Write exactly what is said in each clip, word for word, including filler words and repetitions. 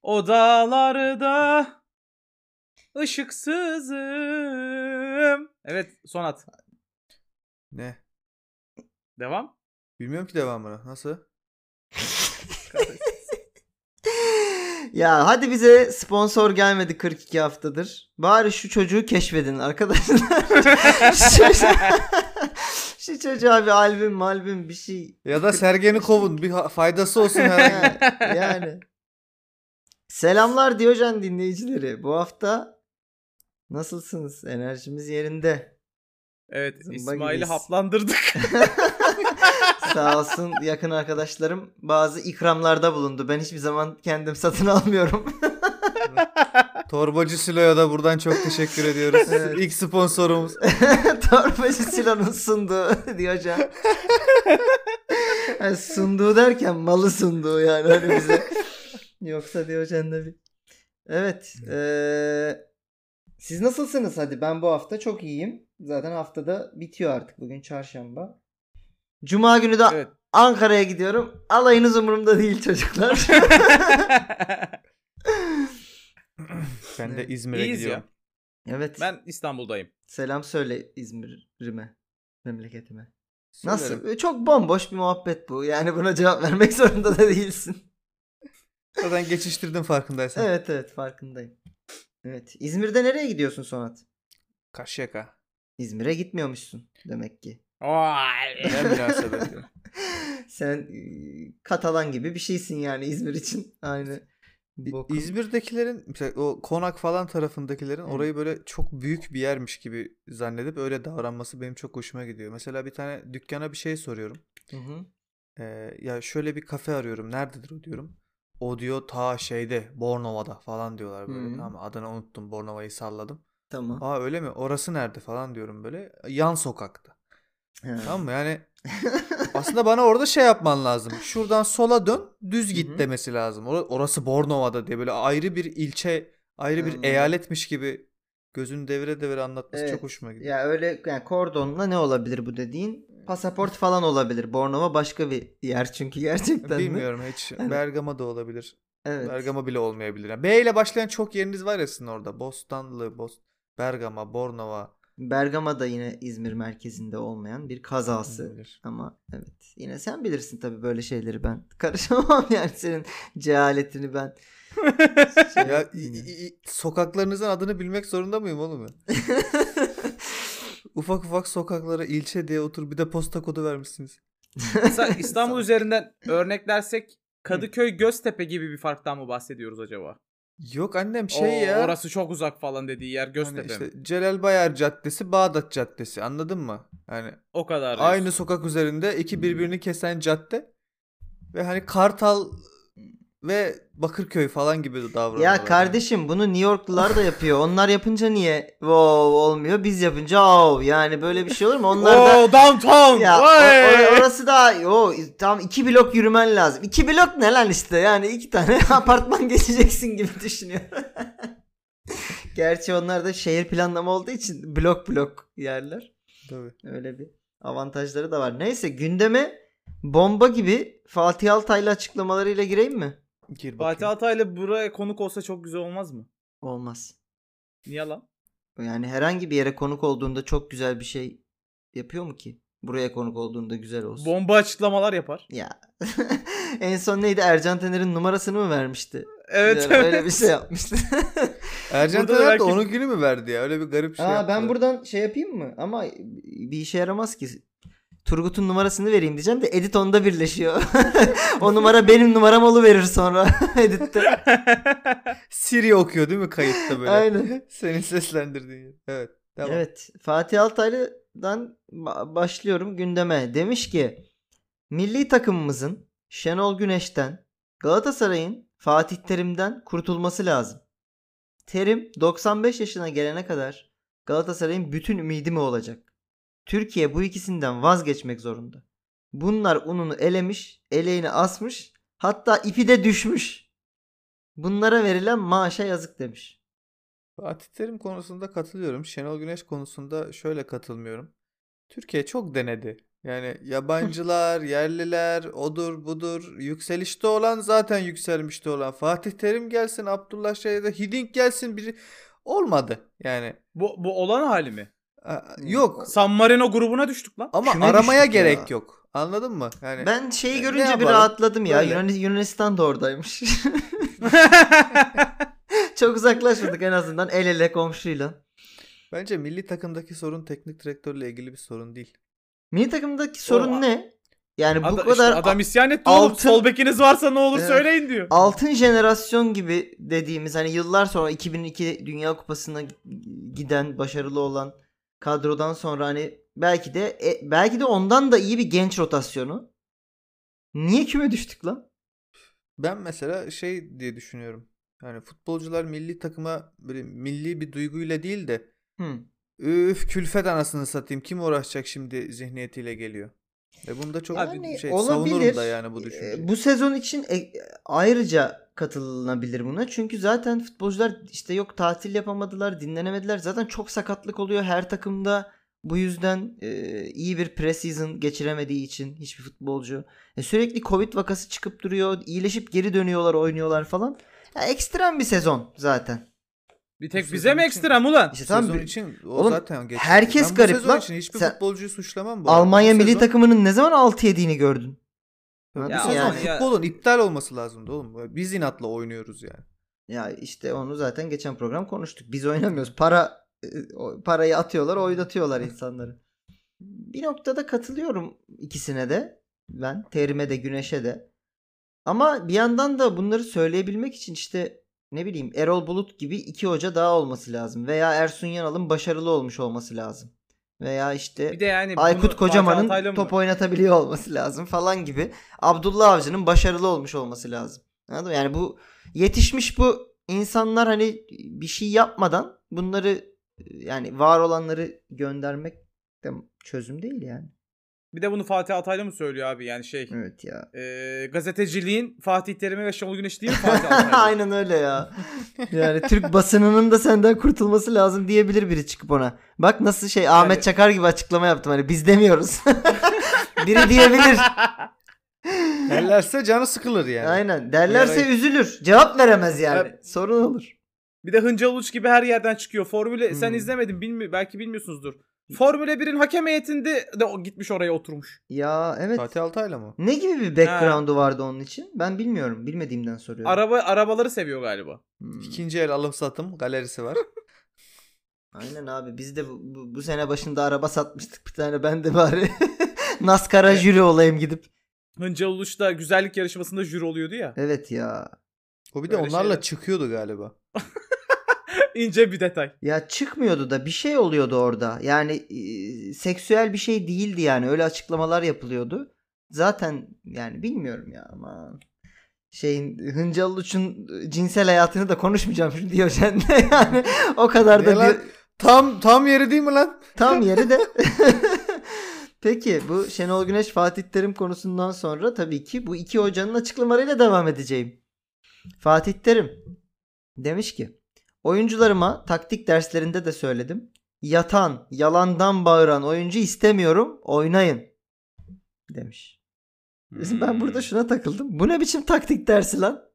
Odalarda ışıksızım. Evet, Sonat. Ne? Devam. Bilmiyorum ki devamını. Nasıl? Ya hadi bize sponsor gelmedi kırk iki haftadır. Bari şu çocuğu keşfedin arkadaşlar. şu, çocuğa, şu çocuğa bir albüm albüm bir şey. Ya da Sergen'i kovun. Bir faydası olsun herhangi. Yani, yani. Selamlar Diyojen dinleyicileri. Bu hafta nasılsınız? Enerjimiz yerinde. Evet, Zımba İsmail'i gibiyiz. haplandırdık. Sağ olsun yakın arkadaşlarım bazı ikramlarda bulundu. Ben hiçbir zaman kendim satın almıyorum. Torbacı Silo'ya da buradan çok teşekkür ediyoruz. Evet. İlk sponsorumuz. Torbacı Silo'nun sunduğu Diyojen. Yani sunduğu derken malı sunduğu yani hani bize. Yoksa Diyojen'de bir. Evet. Ee, siz nasılsınız hadi? Ben bu hafta çok iyiyim. Zaten haftada bitiyor artık. Bugün çarşamba. Cuma günü de Evet. Ankara'ya gidiyorum. Alayınız umurumda değil çocuklar. Ben de İzmir'e İyiyiz gidiyorum. ya. Evet. Ben İstanbul'dayım. Selam söyle İzmir'ime. Memleketime. Söylerim. Nasıl? Çok bomboş bir muhabbet bu. Yani buna cevap vermek zorunda da değilsin. Zaten geçiştirdim farkındaysan. Evet evet farkındayım. Evet. İzmir'de nereye gidiyorsun Sonat? Karşıyaka. İzmir'e gitmiyormuşsun demek ki. Vay. Ne münasebet. Sen e, Katalan gibi bir şeysin yani İzmir için. Aynı. Bokun. İzmir'dekilerin mesela o Konak falan tarafındakilerin Hı. orayı böyle çok büyük bir yermiş gibi zannedip öyle davranması benim çok hoşuma gidiyor. Mesela bir tane dükkana bir şey soruyorum. Hı hı. Ee, ya şöyle bir kafe arıyorum. Nerededir o diyorum. O diyor ta şeyde Bornova'da falan diyorlar böyle. Hı. Tamam mı? Adını unuttum. Bornova'yı salladım. Tamam. Aa öyle mi? Orası nerede falan diyorum böyle. Yan sokakta. Ha. Tamam mı? Yani aslında bana orada şey yapman lazım. Şuradan sola dön, düz git Hı hı. demesi lazım. Or- Orası Bornova'da diye böyle ayrı bir ilçe, ayrı bir Anladım. eyaletmiş gibi gözünü devire devire anlatması Evet. çok hoşuma gidiyor. Ya öyle yani kordonla ne olabilir bu dediğin? Pasaport falan olabilir. Bornova başka bir yer çünkü gerçekten mi? Bilmiyorum hiç. Hani- Bergama da olabilir. Evet. Bergama bile olmayabilir. Yani B ile başlayan çok yeriniz var ya sizin orada. Bostanlı, Bost Bergama, Bornova. Bergama da yine İzmir merkezinde olmayan bir kazası. Olabilir. Ama evet. Yine sen bilirsin tabii böyle şeyleri ben. Karışamam yani senin cehaletini ben. Şey Ya yapayım i- ya. i- i- sokaklarınızın adını bilmek zorunda mıyım oğlum ben? Ufak ufak sokaklara ilçe diye otur bir de posta kodu vermişsiniz. Mesela İstanbul üzerinden örneklersek Kadıköy Göztepe gibi bir farktan mı bahsediyoruz acaba? Yok annem O, şey ya. Orası çok uzak falan dediği yer Göztepe Hani işte mi? Celal Bayar Caddesi, Bağdat Caddesi anladın mı? Yani O kadar aynı diyorsun. sokak üzerinde iki birbirini kesen cadde ve hani Kartal ve Bakırköy falan gibi davranıyorlar. Ya kardeşim bunu New Yorklular da yapıyor. Onlar yapınca niye wow olmuyor? Biz yapınca wow. Yani böyle bir şey olur mu? Onlar da Oo, downtown. ya o- Vay! or- orası da o tam iki blok yürümen lazım. İki blok ne lan işte? Yani iki tane apartman geçeceksin gibi düşünüyor. Gerçi onlar da şehir planlama olduğu için blok blok yerler. Tabii. Öyle bir avantajları da var. Neyse gündeme bomba gibi Fatih Altaylı açıklamalarıyla gireyim mi? Gir bakayım. Fatih Altaylı buraya konuk olsa çok güzel olmaz mı? Olmaz. Niye lan? Yani herhangi bir yere konuk olduğunda çok güzel bir şey yapıyor mu ki? Buraya konuk olduğunda güzel olsun. Bomba açıklamalar yapar. Ya. En son neydi? Ercan Taner'in numarasını mı vermişti? Evet, Yani evet. öyle bir şey yapmıştı. Ercan Burada da Taner de belki- onun günü mü verdi ya? Öyle bir garip şey Aa, yaptılar. ben buradan şey yapayım mı? Ama bir işe yaramaz ki. Turgut'un numarasını vereyim diyeceğim de edit onda birleşiyor. O numara benim numaram oluverir sonra editte. Siri okuyor değil mi kayıtta böyle? Aynen. Senin seslendirdiğin yer. Evet. Devam. Evet. Fatih Altaylı'dan ba- başlıyorum gündeme. Demiş ki milli takımımızın Şenol Güneş'ten, Galatasaray'ın Fatih Terim'den kurtulması lazım. Terim doksan beş yaşına gelene kadar Galatasaray'ın bütün ümidi mi olacak? Türkiye bu ikisinden vazgeçmek zorunda. Bunlar ununu elemiş, eleğini asmış, hatta ipi de düşmüş. Bunlara verilen maaşa yazık demiş. Fatih Terim konusunda katılıyorum. Şenol Güneş konusunda şöyle katılmıyorum. Türkiye çok denedi. Yani yabancılar, yerliler, odur budur. Yükselişte olan zaten yükselmişte olan. Fatih Terim gelsin, Abdullah Şeyh'de Hiddink gelsin biri. Olmadı yani. Bu, bu olan hali mi? Aa, yok. San Marino grubuna düştük lan. Ama Küme aramaya düştük ya. gerek yok. Anladın mı? Yani Ben şeyi Ne görünce bir yapalım? rahatladım ya. Böyle. Yunan- Yunanistan da oradaymış. Çok uzaklaşmadık en azından el ele komşuyla. bence milli takımdaki sorun teknik direktörle ilgili bir sorun değil. Milli takımdaki sorun O- ne? Yani bu Adam, kadar işte adam isyan etti altın- oğlum. Sol bekiniz varsa ne olur Evet. söyleyin diyor. altın jenerasyon gibi dediğimiz hani yıllar sonra iki bin iki Dünya Kupası'na giden başarılı olan kadrodan sonra hani belki de e, belki de ondan da iyi bir genç rotasyonu. Niye küme düştük lan? Ben mesela şey diye düşünüyorum. Yani futbolcular milli takıma böyle milli bir duyguyla değil de Hı. üf külfet anasını satayım kim uğraşacak şimdi zihniyetiyle geliyor. Ve bunda çok Yani şey olabilir. savunurum da yani bu Ee, düşünceyi. Bu sezon için e- ayrıca katılınabilir buna. Çünkü zaten futbolcular işte yok tatil yapamadılar, dinlenemediler. Zaten çok sakatlık oluyor her takımda. Bu yüzden e, iyi bir pre-season geçiremediği için hiçbir futbolcu. E, sürekli Covid vakası çıkıp duruyor. İyileşip geri dönüyorlar, oynuyorlar falan. Ya, ekstrem bir sezon zaten. Bir tek Bu bize sezon mi için- ekstrem ulan? İşte Bu tam sezon bir- için o Oğlum, zaten geçti. herkes Ben garip bu sezon lan. için hiçbir Sen- futbolcuyu suçlamam bu arada. Almanya Bu milli sezon- takımının ne zaman altı yediğini gördün? Bu Anladın Ya mı? sezon Yani, ya- futbolun iptal olması lazımdı oğlum. Biz inatla oynuyoruz yani. ya işte onu zaten geçen program konuştuk. Biz oynamıyoruz. Para e, o parayı atıyorlar, oynatıyorlar insanları. Bir noktada katılıyorum ikisine de. Ben Terim'e de Güneş'e de. Ama bir yandan da bunları söyleyebilmek için işte ne bileyim Erol Bulut gibi iki hoca daha olması lazım. Veya Ersun Yanal'ın başarılı olmuş olması lazım. Veya işte Bir de yani Aykut bunu Fatih Kocaman'ın Altaylı mı- top oynatabiliyor olması lazım falan gibi. Abdullah Avcı'nın başarılı olmuş olması lazım. Anladın mı? Yani bu yetişmiş bu insanlar hani bir şey yapmadan bunları yani var olanları göndermek de çözüm değil yani. Bir de bunu Fatih Altaylı mı söylüyor abi yani şey. Evet ya. E, gazeteciliğin Fatih Terim'e ve Şenol Güneş değil mi Fatih Altaylı? Aynen öyle ya. Yani Türk basınının da senden kurtulması lazım diyebilir biri çıkıp ona. Bak nasıl şey Ahmet Yani- Çakar gibi açıklama yaptım hani biz demiyoruz. Biri diyebilir. Derlerse canı sıkılır yani. Aynen. Derlerse Bir ara- üzülür. Cevap veremez yani. Evet. Sorun olur. Bir de Hıncal Uluç gibi her yerden çıkıyor. Formüle sen Hmm. izlemedin bilmi belki bilmiyorsunuzdur. Formüle birin hakem heyetinde de o gitmiş oraya oturmuş. Ya evet. Fatih Altaylı mı? Ne gibi bir background'u vardı onun için? Ben bilmiyorum. Bilmediğimden soruyorum. Araba arabaları seviyor galiba. Hmm. İkinci el alım satım galerisi var. Aynen abi. Biz de bu, bu, bu sene başında araba satmıştık bir tane. Ben de bari NASCAR'a jüri olayım gidip. Hıncal Uluç da güzellik yarışmasında jüri oluyordu ya. Evet ya. O bir de Öyle onlarla şeyler. çıkıyordu galiba. İnce bir detay. Ya çıkmıyordu da bir şey oluyordu orada. Yani e, seksüel bir şey değildi yani. Öyle açıklamalar yapılıyordu. Zaten yani bilmiyorum ya ama şeyin Hıncal Uluç'un cinsel hayatını da konuşmayacağım şimdi Diyojen'de yani o kadar da Ne lan? diyor- Tam tam yeri değil mi lan? tam yeri de. Peki bu Şenol Güneş Fatih Terim konusundan sonra tabii ki bu iki hocanın açıklamalarıyla devam edeceğim. Fatih Terim demiş ki oyuncularıma taktik derslerinde de söyledim. Yatan, yalandan bağıran oyuncu istemiyorum, oynayın demiş. Ben burada şuna takıldım. Bu ne biçim taktik dersi lan?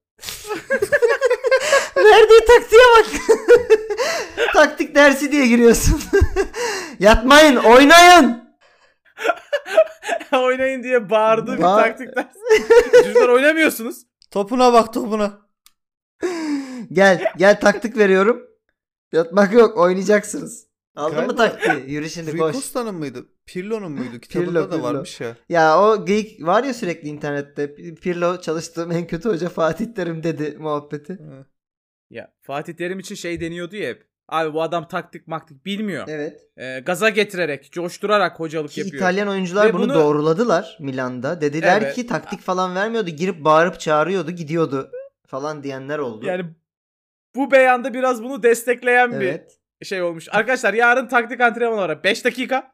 Verdiği taktiğe bak. Taktik dersi diye giriyorsun. Yatmayın, oynayın. Oynayın diye bağırdığı bir Ba- taktikler. Çocuklar oynamıyorsunuz. Topuna bak topuna. Gel, gel taktik veriyorum. Yatmak yok, oynayacaksınız. Aldın mı Galiba taktiği? Yürü şimdi Rui koş. Costa'nın mıydı? Pirlo'nun muydu? Kitabında Pirlo, da Pirlo. varmış ya. Ya o geyik var ya sürekli internette. Pirlo çalıştığım en kötü hoca Fatih Terim dedi muhabbeti. Hı. Ya Fatih Terim için şey deniyordu ya hep. Abi bu adam taktik maktik bilmiyor. Evet. Ee, gaza getirerek, coşturarak hocalık Ki yapıyor. İtalyan oyuncular Ve bunu, bunu- doğruladılar Milan'da. Dediler Evet. ki taktik falan vermiyordu. Girip bağırıp çağırıyordu, gidiyordu falan diyenler oldu. Yani bu beyanda biraz bunu destekleyen evet. bir şey olmuş. Arkadaşlar yarın taktik antrenmanı var. beş dakika.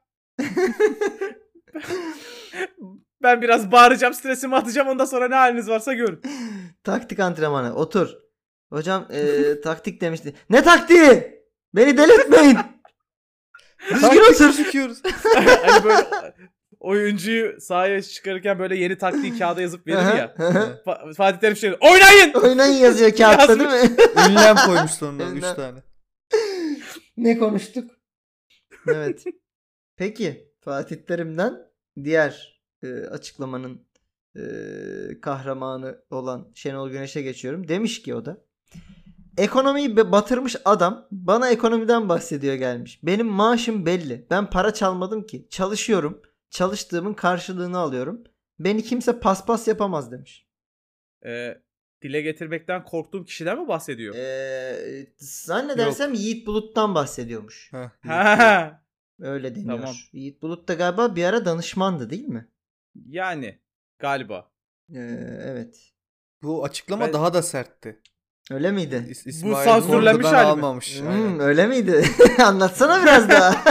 Ben biraz bağıracağım, stresimi atacağım. Ondan sonra ne haliniz varsa görün. Taktik antrenmanı. Otur. Hocam eee, taktik demişti. Ne taktiği? Beni delirtmeyin. Düzgün Taktik otur. gözüküyoruz. Hani böyle oyuncuyu sahaya çıkarırken böyle yeni taktiği kağıda yazıp verir ya. Hı hı. Fa- Fatih Terim şey oynayın! Oynayın yazıyor kağıtta değil mi? Ünlem koymuş sonuna üç Ünlem. tane. Ne konuştuk? Evet. Peki Fatih Terim'den diğer e, açıklamanın e, kahramanı olan Şenol Güneş'e geçiyorum. Demiş ki o da ekonomiyi be- batırmış adam bana ekonomiden bahsediyor gelmiş. Benim maaşım belli. Ben para çalmadım ki. Çalışıyorum. Çalıştığımın karşılığını alıyorum. Beni kimse paspas yapamaz demiş. Ee, dile getirmekten korktuğum kişiden mi bahsediyor? Ee, zannedersem Yiğit Bulut'tan bahsediyormuş. Heh, Ha. Öyle deniyor. Tamam. Yiğit Bulut da galiba bir ara danışmandı değil mi? Yani galiba. Ee, evet. Bu açıklama Ben- daha da sertti. Öyle miydi? İs- İsmail sansürlenmiş Mordo'dan hali mi? almamış. Hmm, Aynen. öyle miydi? Anlatsana biraz daha.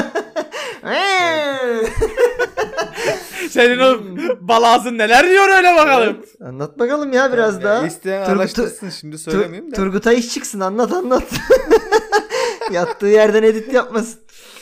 Senin o Hmm. balazın neler diyor öyle bakalım. Evet, anlat bakalım ya biraz Ya daha. İsteyen Turgut- araştırsın şimdi Tur- söylemeyeyim de. Turgut'a iş çıksın anlat anlat. Yattığı yerden edit yapmasın.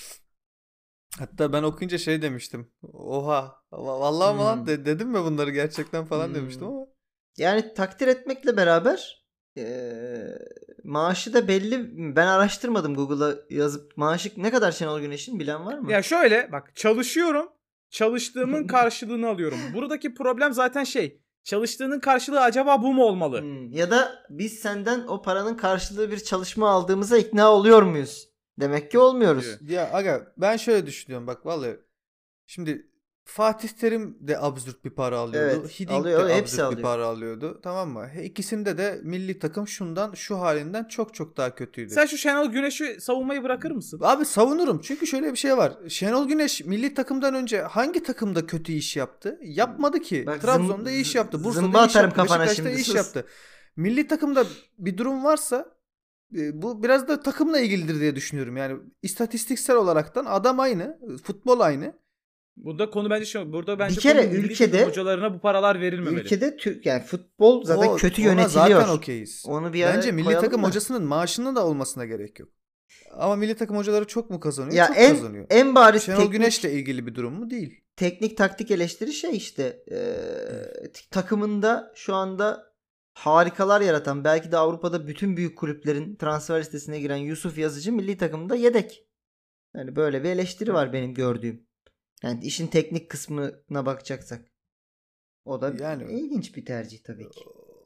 Hatta ben okuyunca şey demiştim. Oha. va- Vallahi mı lan Hmm. de- dedim mi bunları gerçekten falan Hmm. demiştim ama. Yani takdir etmekle beraber eee, maaşı da belli. Ben araştırmadım Google'a yazıp maaşı ne kadar Şenol Güneş'in bilen var mı? Ya şöyle bak çalışıyorum. Çalıştığımın karşılığını alıyorum. Buradaki problem zaten şey. Çalıştığının karşılığı acaba bu mu olmalı? Hmm, ya da biz senden o paranın karşılığı bir çalışma aldığımıza ikna oluyor muyuz? Demek ki olmuyoruz. Diyor. Ya aga ben şöyle düşünüyorum bak vallahi. Şimdi Fatih Terim de absürt bir para alıyordu. Evet, Hiddink alıyor, de hepsi absürt alıyor. bir para alıyordu. Tamam mı? He, İkisinde de milli takım şundan şu halinden çok çok daha kötüydü. Sen şu Şenol Güneş'i savunmayı bırakır mısın? Abi savunurum çünkü şöyle bir şey var. Şenol Güneş milli takımdan önce hangi takımda kötü iş yaptı? Yapmadı ki. Bak, Trabzon'da zım- iyi iş yaptı. Bursa'da zımba iyi iş atarım yaptı. kafana Beşiktaş'ta şimdi, iyi iş sus. yaptı. Milli takımda bir durum varsa e, bu biraz da takımla ilgilidir diye düşünüyorum. Yani istatistiksel olaraktan adam aynı, futbol aynı. Burada konu bence şu. Burada bence Bir kere konu milli ülkede- takım hocalarına bu paralar verilmemeli. Ülkede Türk yani futbol zaten O- kötü ona yönetiliyor. zaten okeyiz. Onu bir ara Bence milli koyalım takım da. hocasının maaşının da olmasına gerek yok. Ama milli takım hocaları çok mu kazanıyor? Ya çok en kazanıyor. en bariz Şenol teknik, Güneş'le ilgili bir durum mu? Değil. teknik taktik eleştiri şey işte eee, t- takımında şu anda harikalar yaratan belki de Avrupa'da bütün büyük kulüplerin transfer listesine giren Yusuf Yazıcı milli takımda yedek. Yani böyle bir eleştiri var benim gördüğüm. Yani işin teknik kısmına bakacaksak. O da Yani- ilginç bir tercih tabii ki.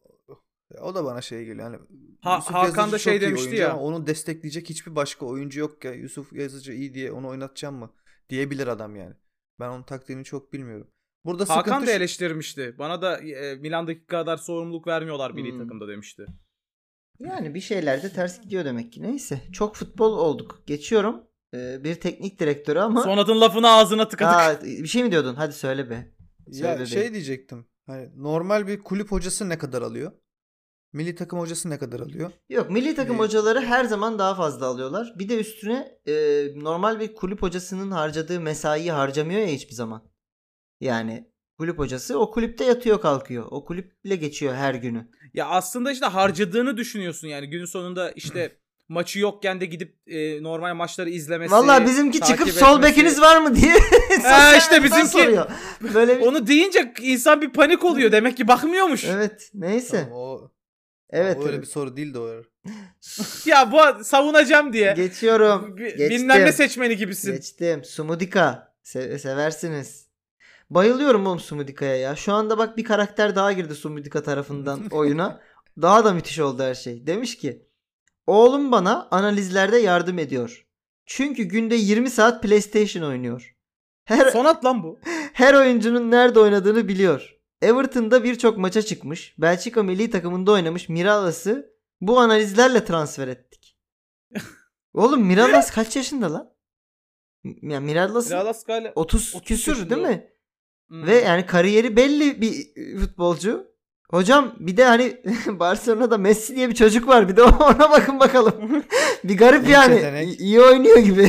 O da bana şey geliyor. Yani Ha- Yusuf Hakan Yazıcı da şey çok iyi demişti oyuncu ya. ama onu destekleyecek hiçbir başka oyuncu yok ya. Yusuf Yazıcı iyi diye onu oynatacağım mı? Diyebilir adam yani. Ben onun taktiğini çok bilmiyorum. Burada Hakan sıkıntı da şu- eleştirmişti. Bana da e, Milan'daki kadar sorumluluk vermiyorlar milli Hmm. takımda demişti. Yani bir şeyler de ters gidiyor demek ki. Neyse. Çok futbol olduk. Geçiyorum. Ee, bir teknik direktörü ama... Sonat'ın lafını ağzına tıkadık. Aa, bir şey mi diyordun? Hadi söyle be. ya Söyle şey be. diyecektim. Hani normal bir kulüp hocası ne kadar alıyor? Milli takım hocası ne kadar alıyor? Yok, milli takım Ee, hocaları her zaman daha fazla alıyorlar. Bir de üstüne e, normal bir kulüp hocasının harcadığı mesaiyi harcamıyor ya hiçbir zaman. Yani kulüp hocası o kulüpte yatıyor kalkıyor. O kulüple geçiyor her günü. Ya aslında işte harcadığını düşünüyorsun yani. Günün sonunda işte maçı yokken de gidip e, normal maçları izlemesi. Vallahi bizimki takip çıkıp sol etmesi. bekiniz var mı diye. sosyal işte medyadan bizimki- soruyor. Böyle bir... Onu deyince insan bir panik oluyor. Demek ki bakmıyormuş. Evet, neyse. Tamam, o, Evet. o öyle evet. bir soru değildi o. Ya bu savunacağım diye. Geçiyorum. Bi- Geçtim. Bilmem ne seçmeni gibisin. Geçtim. Sumudika. Se- seversiniz. Bayılıyorum oğlum Sumudika'ya ya. Şu anda bak bir karakter daha girdi Sumudika tarafından oyuna. Daha da müthiş oldu her şey. Demiş ki oğlum bana analizlerde yardım ediyor. Çünkü günde yirmi saat PlayStation oynuyor. Her, Sonat lan bu. her oyuncunun nerede oynadığını biliyor. Everton'da birçok maça çıkmış. Belçika milli takımında oynamış Miralas'ı bu analizlerle transfer ettik. Oğlum Miralas kaç yaşında lan? M- Ya Miralas Miralas galiba. otuz otuz küsür yaşında. değil mi? Hmm. Ve yani kariyeri belli bir futbolcu. Hocam bir de hani Barcelona'da Messi diye bir çocuk var. Bir de ona bakın bakalım. Bir garip Genç yani. yetenek. İ- İyi oynuyor gibi.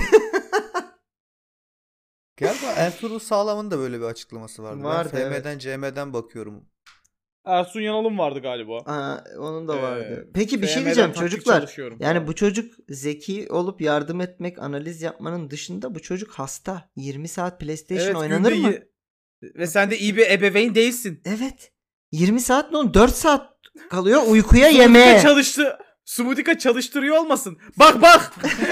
Galiba Ertuğrul Sağlam'ın da böyle bir açıklaması vardı. Vardı, Ben F M'den C M'den bakıyorum. Ersun Yanal'ın vardı galiba. Aa, onun da Ee, vardı. Peki bir şey F M'den diyeceğim taktik çocuklar. çalışıyorum Yani falan. bu çocuk zeki olup yardım etmek, analiz yapmanın dışında bu çocuk hasta. yirmi saat PlayStation Evet, oynanır günde mı? yi- Ve sen de iyi bir ebeveyn değilsin. Evet. yirmi saat ne oğlum? dört saat kalıyor uykuya Sumudika yemeğe. çalıştı. Sumudika çalıştırıyor olmasın. Bak bak.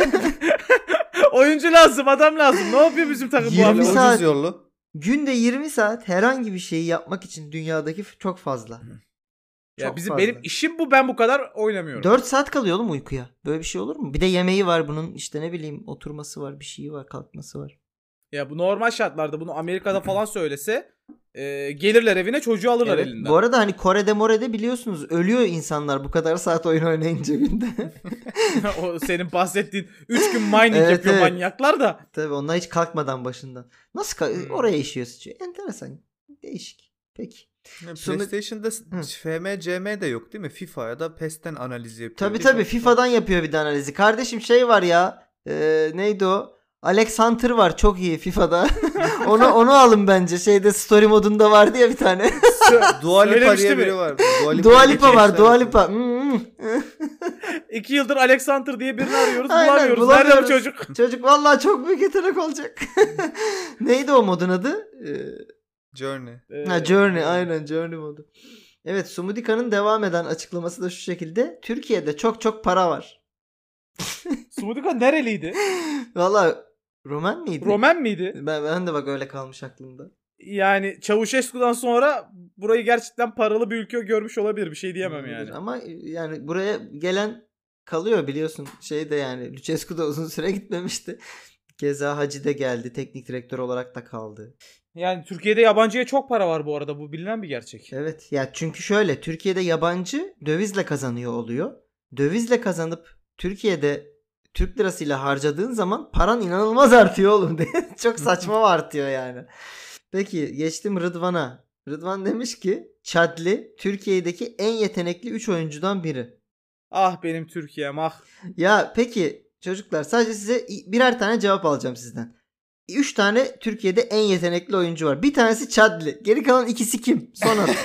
Oyuncu lazım, adam lazım. Ne yapıyor bizim takım bu yirmi arada? Ucuz saat. yollu. Günde yirmi saat herhangi bir şeyi yapmak için dünyadaki f- çok fazla. Ya Çok bizim fazla. benim işim bu, ben bu kadar oynamıyorum. dört saat kalıyor oğlum uykuya. Böyle bir şey olur mu? Bir de yemeği var bunun, işte ne bileyim oturması var, bir şeyi var, kalkması var. Ya bu normal şartlarda bunu Amerika'da falan söylese e, gelirler evine, çocuğu alırlar Evet. elinden. Bu arada hani Kore'de More'de biliyorsunuz ölüyor insanlar bu kadar saat oyun oynayınca günde. O senin bahsettiğin üç gün mining Evet, yapıyor evet. manyaklar da. Tabii onlar hiç kalkmadan başından. Nasıl ka- Hmm. oraya işiyor sıçıyor. Enteresan. Değişik. Peki. Ya Sonra- PlayStation'da Hı. F M C M de yok değil mi? FIFA ya da PES'ten analiz yapıyor. Tabii FIFA- tabii FIFA'dan yapıyor bir de analizi. Kardeşim şey var ya. e, neydi o? Alex Hunter var çok iyi FIFA'da. onu onu alın bence. Şeyde story modunda vardı ya bir tane. Dua Lipa Söylemişti diye mi? biri var. Dua Lipa var. geçen Dua sene- Lipa. Hmm. İki yıldır Alexander diye birini arıyoruz, Aynen, bulamıyoruz. Nerede bu bulamıyoruz. çocuk? Çocuk vallahi çok büyük yetenek olacak. Neydi o modun adı? Ee, Journey. ha, Journey. Aynen Journey modu. Evet, Sumudika'nın devam eden açıklaması da şu şekilde. Türkiye'de çok çok para var. Sumudika nereliydi? Vallahi Roman mıydı? Roman miydi? Ben, ben de bak öyle kalmış aklımda. Yani Çavuşescu'dan sonra burayı gerçekten paralı bir ülke görmüş olabilir. Bir şey diyemem yani. Ama yani buraya gelen kalıyor biliyorsun. Şey de yani Lucescu da uzun süre gitmemişti. Keza Hacı de geldi. Teknik direktör olarak da kaldı. Yani Türkiye'de yabancıya çok para var bu arada. Bu bilinen bir gerçek. Evet. Ya çünkü şöyle Türkiye'de yabancı dövizle kazanıyor oluyor. Dövizle kazanıp Türkiye'de Türk lirasıyla harcadığın zaman paran inanılmaz artıyor oğlum diye. Çok saçma artıyor yani. Peki geçtim Rıdvan'a. Rıdvan demiş ki Chadli Türkiye'deki en yetenekli üç oyuncudan biri. Ah benim Türkiye'm ah. Ya peki çocuklar sadece size birer tane cevap alacağım sizden. Üç tane Türkiye'de en yetenekli oyuncu var. Bir tanesi Chadli. Geri kalan ikisi kim? Son adı.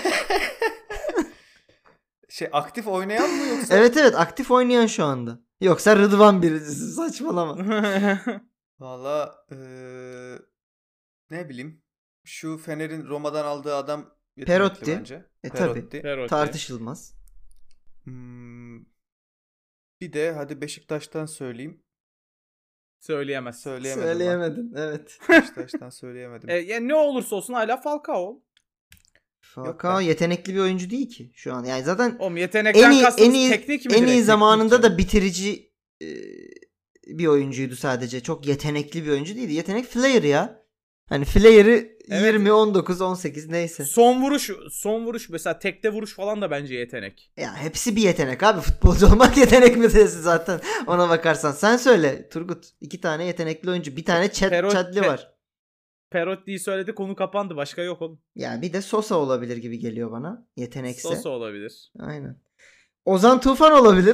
Şey aktif oynayan mı yoksa? Evet evet aktif oynayan şu anda. Yoksa Rıdvan birisi saçmalama. Valla eee, ne bileyim. Şu Fener'in Roma'dan aldığı adam yetenekli Perotti. bence. E, tabii. Perotti. Perotti. Tartışılmaz. Hmm, bir de hadi Beşiktaş'tan söyleyeyim. Söyleyemez. Söyleyemedim. lan. Söyleyemedin evet. Beşiktaş'tan söyleyemedim. E, yani ne olursa olsun hala Falcao. Falcao ben- yetenekli bir oyuncu değil ki şu an. Yani zaten Oğlum yetenekten en iyi kastımız en iyi teknik mi? en direkt? iyi zamanında Teknik da bitirici e, bir oyuncuydu sadece. Çok yetenekli bir oyuncu değildi. Yetenek Flair ya. Hani Flair'i Evet. yirmi, on dokuz, on sekiz neyse. Son vuruş, son vuruş mesela tekte vuruş falan da bence yetenek. Ya hepsi bir yetenek abi. Futbolcu olmak yetenek meselesi zaten. Ona bakarsan. Sen söyle Turgut. İki tane yetenekli oyuncu. Bir tane Chad, Perot- Chadli Pe- var. Perotti'yi söyledi, konu kapandı. Başka yok oğlum. Ya bir de Sosa olabilir gibi geliyor bana. Yetenekse. Sosa olabilir. Aynen. Ozan Tufan olabilir.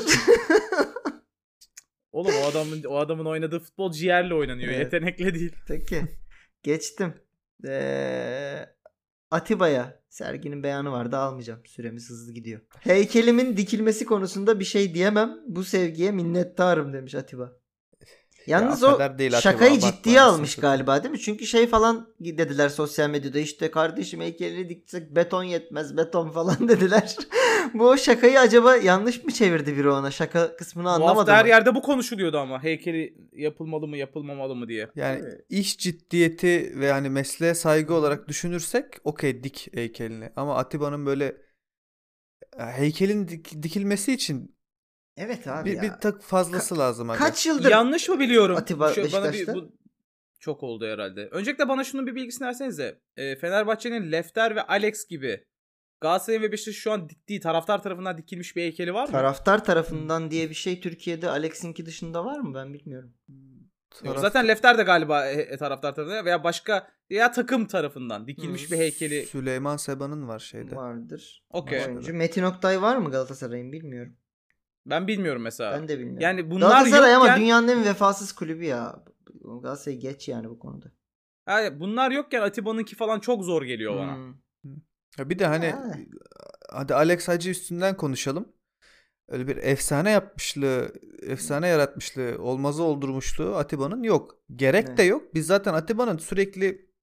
Oğlum o adamın o adamın oynadığı futbol ciğerle oynanıyor. Evet. Yetenekle değil. Peki. Geçtim. Ee, Atiba'ya. Serginin beyanı vardı, almayacağım. Süremiz hızlı gidiyor. Heykelimin dikilmesi konusunda bir şey diyemem. Bu sevgiye minnettarım demiş Atiba. Yalnız Ya o o kadar değil Atiba, şakayı abartma ciddiye anasını almış satayım. galiba değil mi? Çünkü şey falan dediler sosyal medyada, işte kardeşim heykelini diksek beton yetmez, beton falan dediler. Bu o şakayı acaba yanlış mı çevirdi biri ona? Şaka kısmını Bu anlamadım. hafta her yerde bu konuşuluyordu ama. Heykeli yapılmalı mı yapılmamalı mı diye. Yani iş ciddiyeti ve hani mesleğe saygı olarak düşünürsek okey dik heykelini. Ama Atiba'nın böyle ya, heykelin dik- dikilmesi için Evet abi bir, ya. bir tak fazlası lazım. aga. Kaç yıldır Yanlış mı biliyorum? Atiba Şu- bana bir, Beşiktaş'ta? bu çok oldu herhalde. Öncelikle bana şunun bir bilgisini versenize. E, Fenerbahçe'nin Lefter ve Alex gibi Galatasaray'ın ve Beşiktaş'ın şu an diktiği taraftar tarafından dikilmiş bir heykeli var mı? taraftar tarafından diye bir şey Türkiye'de Alex'inki dışında var mı? Ben bilmiyorum. Yok, Taraf- zaten Lefter de galiba e, e, taraftar tarafından veya başka veya takım tarafından dikilmiş Hmm, bir heykeli. Süleyman Seba'nın var şeyde. Vardır. Okey. Oyuncu. Metin Oktay var mı Galatasaray'ın, bilmiyorum. Ben bilmiyorum mesela. Ben de bilmiyorum. Yani bunlar Galatasaray ama yokken, dünyanın en vefasız kulübü ya. Galatasaray geç yani bu konuda. Ha, bunlar yokken Atiba'nınki falan çok zor geliyor bana. Hmm. Ya bir de hani Ha. hadi Alex Hacı üstünden konuşalım. Öyle bir efsane yapmışlığı, efsane yaratmışlığı, olmazı oldurmuşluğu Atiba'nın yok. Gerek Evet. de yok. Biz zaten Atiba'nın sürekli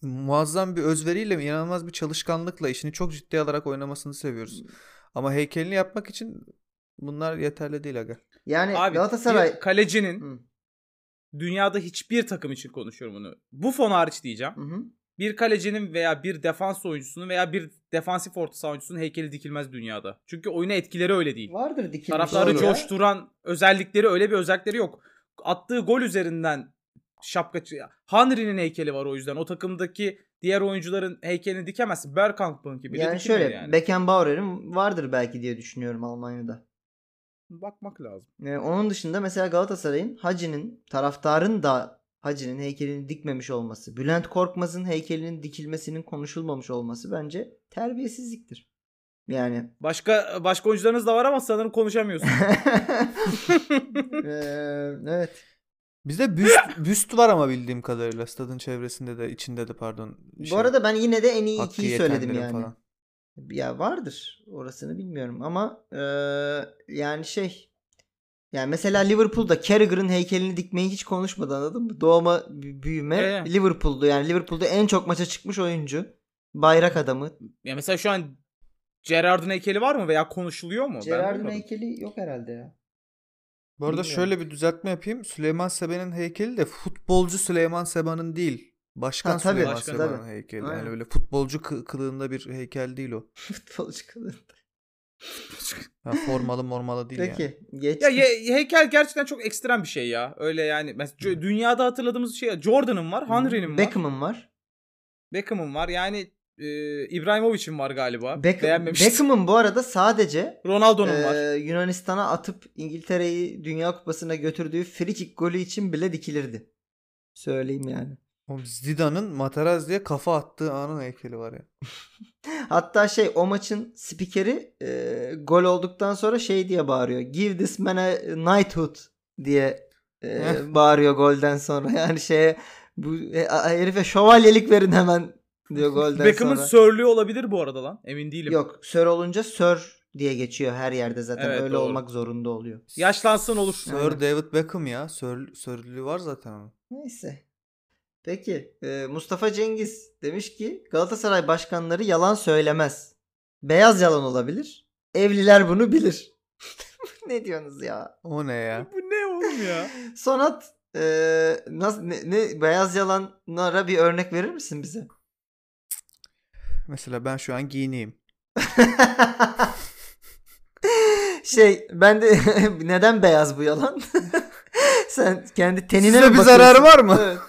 muazzam bir özveriyle, inanılmaz bir çalışkanlıkla işini çok ciddi alarak oynamasını seviyoruz. Ama heykelini yapmak için bunlar yeterli değil aga. Yani Abi Galatasaray bir kalecinin Hı. dünyada hiçbir takım için konuşuyorum bunu. Buffon hariç diyeceğim. Hı hı. Bir kalecinin veya bir defans oyuncusunun veya bir defansif orta saha oyuncusunun heykeli dikilmez dünyada. Çünkü oyuna etkileri öyle değil. Vardır dikilmiş. Taraftarı Doğru ya. coşturan özellikleri, öyle bir özellikleri yok. Attığı gol üzerinden şapkacı. Henry'nin heykeli var o yüzden. O takımdaki diğer oyuncuların heykelini dikemezsin. Bergkamp'ın gibi. Yani şöyle yani. Beckenbauer'in vardır belki diye düşünüyorum Almanya'da. Bakmak lazım. Ee, onun dışında mesela Galatasaray'ın Hacı'nın, taraftarın da Hacı'nın heykelini dikmemiş olması, Bülent Korkmaz'ın heykelinin dikilmesinin konuşulmamış olması bence terbiyesizliktir. Yani Başka başka oyuncularınız da var ama sanırım konuşamıyorsun. ee, evet. Bizde büst, büst var ama bildiğim kadarıyla stadın çevresinde de, içinde de pardon. Bu arada ben yine de en iyi Hakkı ikiyi söyledim yetenlerin yani. falan. Ya vardır. Orasını bilmiyorum ama ee, yani şey, yani mesela Liverpool'da Carragher'ın heykelini dikmeyi hiç konuşmadı, anladın mı? Doğma b- büyüme Ee. Liverpool'du. Yani Liverpool'da en çok maça çıkmış oyuncu. Bayrak adamı. Ya mesela şu an Gerrard'ın heykeli var mı veya konuşuluyor mu? Ben Gerrard'ın duymadım. heykeli yok herhalde ya. Bu arada Bilmiyorum. şöyle bir düzeltme yapayım. Süleyman Seba'nın heykeli de futbolcu Süleyman Seba'nın değil. Başkan Ha, tabii, Süleyman başkan, Seba'nın tabii. heykeli. Aynen. Yani öyle futbolcu kı- kılığında bir heykel değil o. Futbolcu kılığında. Yani formalı mormalı değil yani. Peki. Geç. Ya ye- heykel gerçekten çok ekstrem bir şey ya. Öyle yani. Mesela c- dünyada hatırladığımız şey, Jordan'ın var, Henry'nin var, Beckham'ın var. Beckham'ın var. Yani e, İbrahimovic'in var galiba. Beck- Beğenmemiştim. Beckham'ın bu arada sadece Ronaldo'nun e, var. Yunanistan'a atıp İngiltere'yi Dünya Kupası'na götürdüğü frikik golü için bile dikilirdi. Söyleyeyim yani. O Zidane'ın Materazzi'ye kafa attığı anın heykeli var ya. Hatta şey, o maçın spikeri e, gol olduktan sonra şey diye bağırıyor. Give this man a knighthood diye e, bağırıyor golden sonra. Yani şeye, bu e, a- herife şövalyelik verin hemen diyor golden Beckham'ın sonra. sörlüğü olabilir bu arada lan. Emin değilim. Yok, sir olunca sir diye geçiyor her yerde zaten. Evet, öyle doğru. olmak zorunda oluyor. Yaşlansın olur. Sir Aynen. David Beckham ya. Sir, sirlüğü var zaten onun. Neyse. Peki e, Mustafa Cengiz demiş ki Galatasaray başkanları yalan söylemez. Beyaz yalan olabilir. Evliler bunu bilir. Ne diyorsunuz ya? O ne ya? Bu ne oğlum ya? Sonat e, nasıl ne, ne beyaz yalanlara bir örnek verir misin bize? Mesela ben şu an giyineyim. Şey, ben de neden beyaz bu yalan? Sen kendi tenine Size mi bir bakıyorsun? zararı var mı? Evet.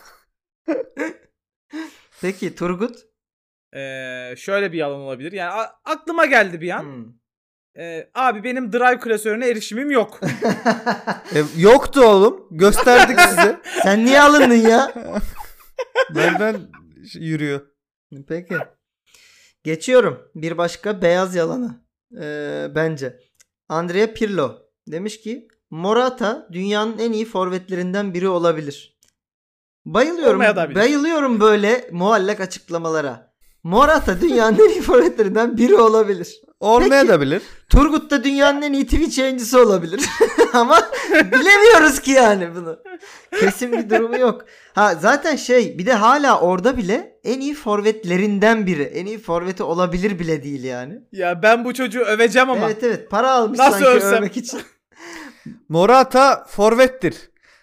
Peki Turgut? Ee, şöyle bir yalan olabilir. Yani a- aklıma geldi bir an. Hmm. Ee, abi benim drive klasörüne erişimim yok. E, yoktu oğlum. Gösterdik size. Sen niye alındın ya? Benden yürüyor. Peki. Geçiyorum. Bir başka beyaz yalanı. Ee, bence. Andrea Pirlo demiş ki Morata dünyanın en iyi forvetlerinden biri olabilir. Bayılıyorum. Olmayabilir. Bayılıyorum böyle muallak açıklamalara. Morata dünyanın en iyi forvetlerinden biri olabilir. Olmayabilir. Turgut da dünyanın en iyi Twitch yayıncısı olabilir. Ama bilemiyoruz ki yani bunu. Kesin bir durumu yok. Ha zaten şey, bir de hala orada bile en iyi forvetlerinden biri. En iyi forveti olabilir bile değil yani. Ya ben bu çocuğu öveceğim ama. Evet evet, para almış Nasıl sanki övsem? övmek için. Morata forvettir.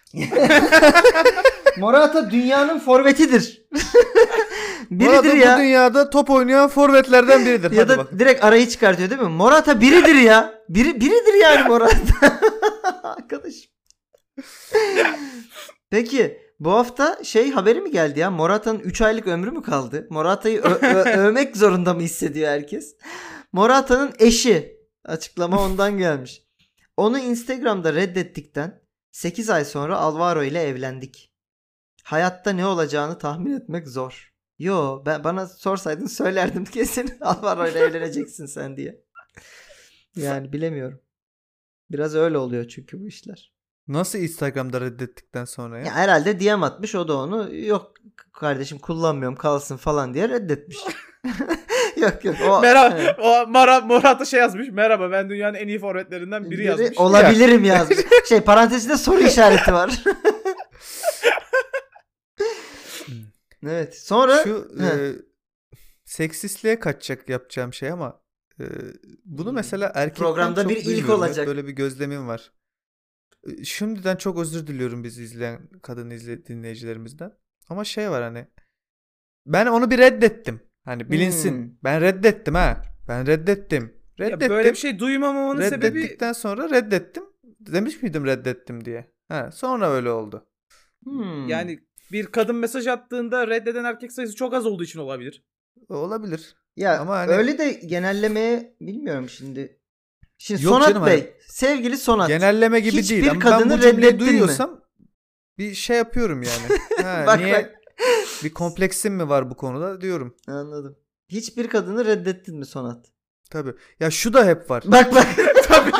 Morata dünyanın forvetidir. Biridir Morata ya. bu dünyada top oynayan forvetlerden biridir. Ya Hadi da bakalım. direkt arayı çıkartıyor değil mi? Morata biridir ya. Biri biridir yani Morata. Arkadaşım. Peki bu hafta şey haberi mi geldi ya? Morata'nın üç aylık ömrü mü kaldı? Morata'yı ö- ö- övmek zorunda mı hissediyor herkes? Morata'nın eşi, açıklama ondan gelmiş. Onu Instagram'da reddettikten sekiz ay sonra Alvaro ile evlendik. Hayatta ne olacağını tahmin etmek zor. Yo, ben bana sorsaydın söylerdim kesin Alvaro ile evleneceksin sen diye. Yani bilemiyorum. Biraz öyle oluyor çünkü bu işler. Nasıl Instagram'da reddettikten sonra ya? Ya herhalde D M atmış, o da onu yok kardeşim kullanmıyorum kalsın falan diye reddetmiş. Yok yok. O, Merhaba. evet. O Mara, Morata şey yazmış. Merhaba ben dünyanın en iyi forvetlerinden biri, Biri yazmış. olabilirim yazmış. Şey, parantezinde soru işareti var. Evet. Sonra Şu Heh. e, seksistliğe kaçacak yapacağım şey ama e, bunu mesela erkekten Programda çok bir ilk duymuyorum. Hep olacak. böyle bir gözlemim var. E, Şimdiden çok özür diliyorum bizi izleyen kadın izle, dinleyicilerimizden. Ama şey var hani ben onu bir reddettim. Hani bilinsin. Hmm. Ben reddettim ha. Ben reddettim. Ya Reddettim. böyle bir şey duymamamın sebebi Reddettikten sonra reddettim. Demiş miydim reddettim diye? Ha, sonra öyle oldu. Hmm. yani bir kadın mesaj attığında reddeden erkek sayısı çok az olduğu için olabilir. Olabilir. Ya Ama hani- öyle de genellemeye bilmiyorum şimdi. Şimdi Yok Sonat canım, Bey, hani sevgili Sonat. Genelleme gibi Hiçbir değil ama kadını ben bu cümleyi reddettin mi? duyuyorsam bir şey yapıyorum yani. Ha, Bak niye bak. bir kompleksim mi var bu konuda diyorum. Anladım. Hiçbir kadını reddettin mi Sonat? Tabii. Ya şu da hep var. Bak bak. Tabii.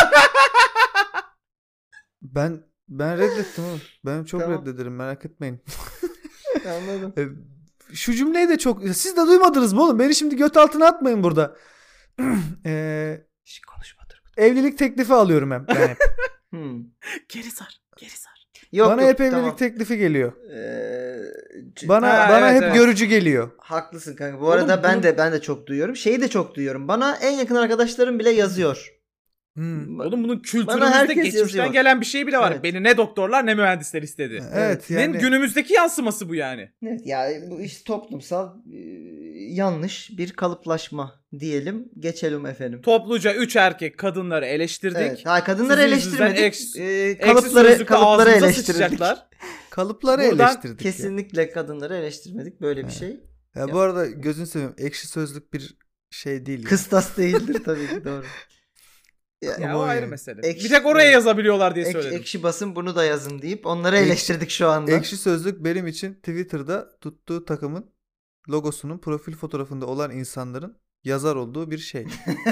Ben ben reddettim oğlum. Ben çok Tamam. reddederim, merak etmeyin. Anladım. E, Şu cümleyi de çok siz de duymadınız mı oğlum? Beni şimdi göt altına atmayın burada. Eee Hiç konuşmadır. evlilik teklifi alıyorum hem. Ben hep. Hmm. Geri sar. Geri sar. Yok, Bana yok, hep evlilik tamam. teklifi geliyor. Ee, c- Bana Ha, bana evet, hep evet. görücü geliyor. haklısın kanka. Bu Oğlum arada ben bunu- de ben de çok duyuyorum. Şeyi de çok duyuyorum. Bana en yakın arkadaşlarım bile yazıyor. Hmm. Oğlum bunun Bana kültürümüzde herkes geçmişten yazıyor. gelen bir şey bile var. Evet. Beni ne doktorlar ne mühendisler istedi. Evet Nin yani günümüzdeki yansıması bu yani. Evet ya bu iş toplumsal e, yanlış bir kalıplaşma diyelim. Geçelim efendim. Topluca üç erkek kadınları eleştirdik. Evet. Ha, kadınları Sizin yüzünüzden eleştirmedik. eks- Ee, Eksi kalıpları sözlükle kalıpları ağzımıza eleştirdik. sıçacaklar. kalıpları Buradan eleştirdik ya. Kesinlikle kadınları eleştirmedik. Böyle bir Evet. şey. Ya bu arada gözünü seveyim. Ekşi sözlük bir şey değil. ya. Kıstas değildir tabii ki, doğru. Ya, Ya o Aman ayrı yani. mesele. Ekşi- bir tek oraya yazabiliyorlar diye ek- söyledim. ekşi basın bunu da yazın deyip onları Ekşi- eleştirdik şu anda. Ekşi sözlük benim için Twitter'da tuttuğu takımın logosunun profil fotoğrafında olan insanların yazar olduğu bir şey.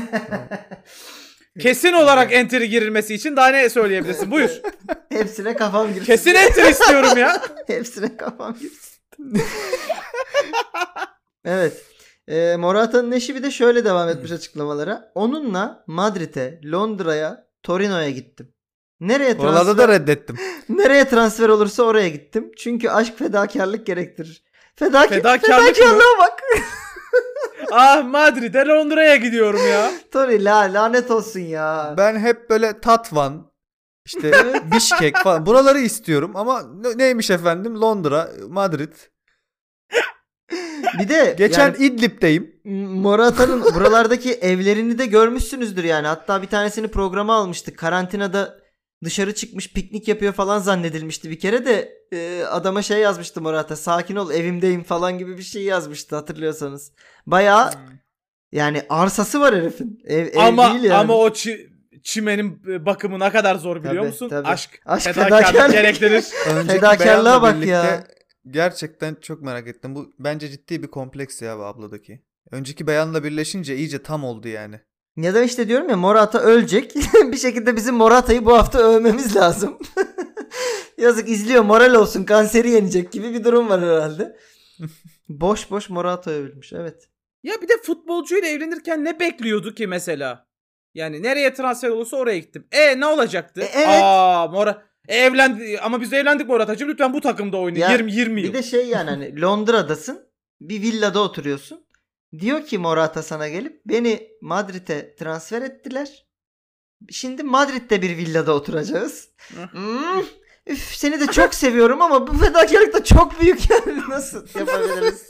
Kesin olarak enter'i girilmesi için daha ne söyleyebilirsin? Buyur. Hepsine kafam girsin. Kesin enter istiyorum ya. Hepsine kafam girsin. Evet. E, Morata'nın eşi bir de şöyle devam etmiş açıklamalara. Onunla Madrid'e, Londra'ya, Torino'ya gittim. Nereye Oralarda transfer, da reddettim. nereye transfer olursa oraya gittim. Çünkü aşk fedakarlık gerektirir. Fedak Fedakarlık mı? fedakarlığa bak. Ah Madrid'e Londra'ya gidiyorum ya. Tori la lanet olsun ya. Ben hep böyle Tatvan, işte Bişkek falan buraları istiyorum ama ne- neymiş efendim? Londra, Madrid. Bir de Geçen yani İdlib'deyim. Morata'nın buralardaki evlerini de görmüşsünüzdür yani. Hatta bir tanesini programa almıştık. Karantinada dışarı çıkmış piknik yapıyor falan zannedilmişti bir kere de e, adama şey yazmıştı Morata. Sakin ol evimdeyim falan gibi bir şey yazmıştı hatırlıyorsanız. Bayağı yani arsası var herifin. Ev, ev ama değil yani. ama o çi- çimenin bakımı ne kadar zor biliyor Tabii, musun? tabii. Aşk, Aşk, fedakarlık fedakarlık. gerektirir. Önceki Fedakarlığa beyanla bak birlikte ya. Gerçekten çok merak ettim. Bu bence ciddi bir kompleks ya bu abladaki. Önceki beyanla birleşince iyice tam oldu yani. Ya da işte diyorum ya Morata ölecek. Bir şekilde bizim Morata'yı bu hafta övmemiz lazım. Yazık izliyor moral olsun kanseri yenecek gibi bir durum var herhalde. Boş boş Morata övülmüş evet. Ya bir de futbolcuyla evlenirken ne bekliyordu ki mesela? Yani nereye transfer olursa oraya gittim. E ne olacaktı? E, evet. Aa Mora e, evlendi ama biz de evlendik Moratacığım. Lütfen bu takımda oynayın. Ya, yirmi yirmi Bir yıl. de şey yani hani Londra'dasın bir villada oturuyorsun. Diyor ki Morata sana gelip beni Madrid'e transfer ettiler. Şimdi Madrid'de bir villada oturacağız. Hmm, üf, seni de çok seviyorum ama bu fedakarlık da çok büyük yani nasıl yapabiliriz?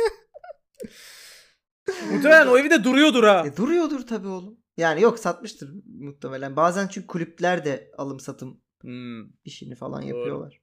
Muhtemelen o evi de duruyordur ha. E, duruyordur tabii oğlum. Yani yok satmıştır muhtemelen. Bazen çünkü kulüpler de alım satım Hmm. işini falan Doğru. yapıyorlar.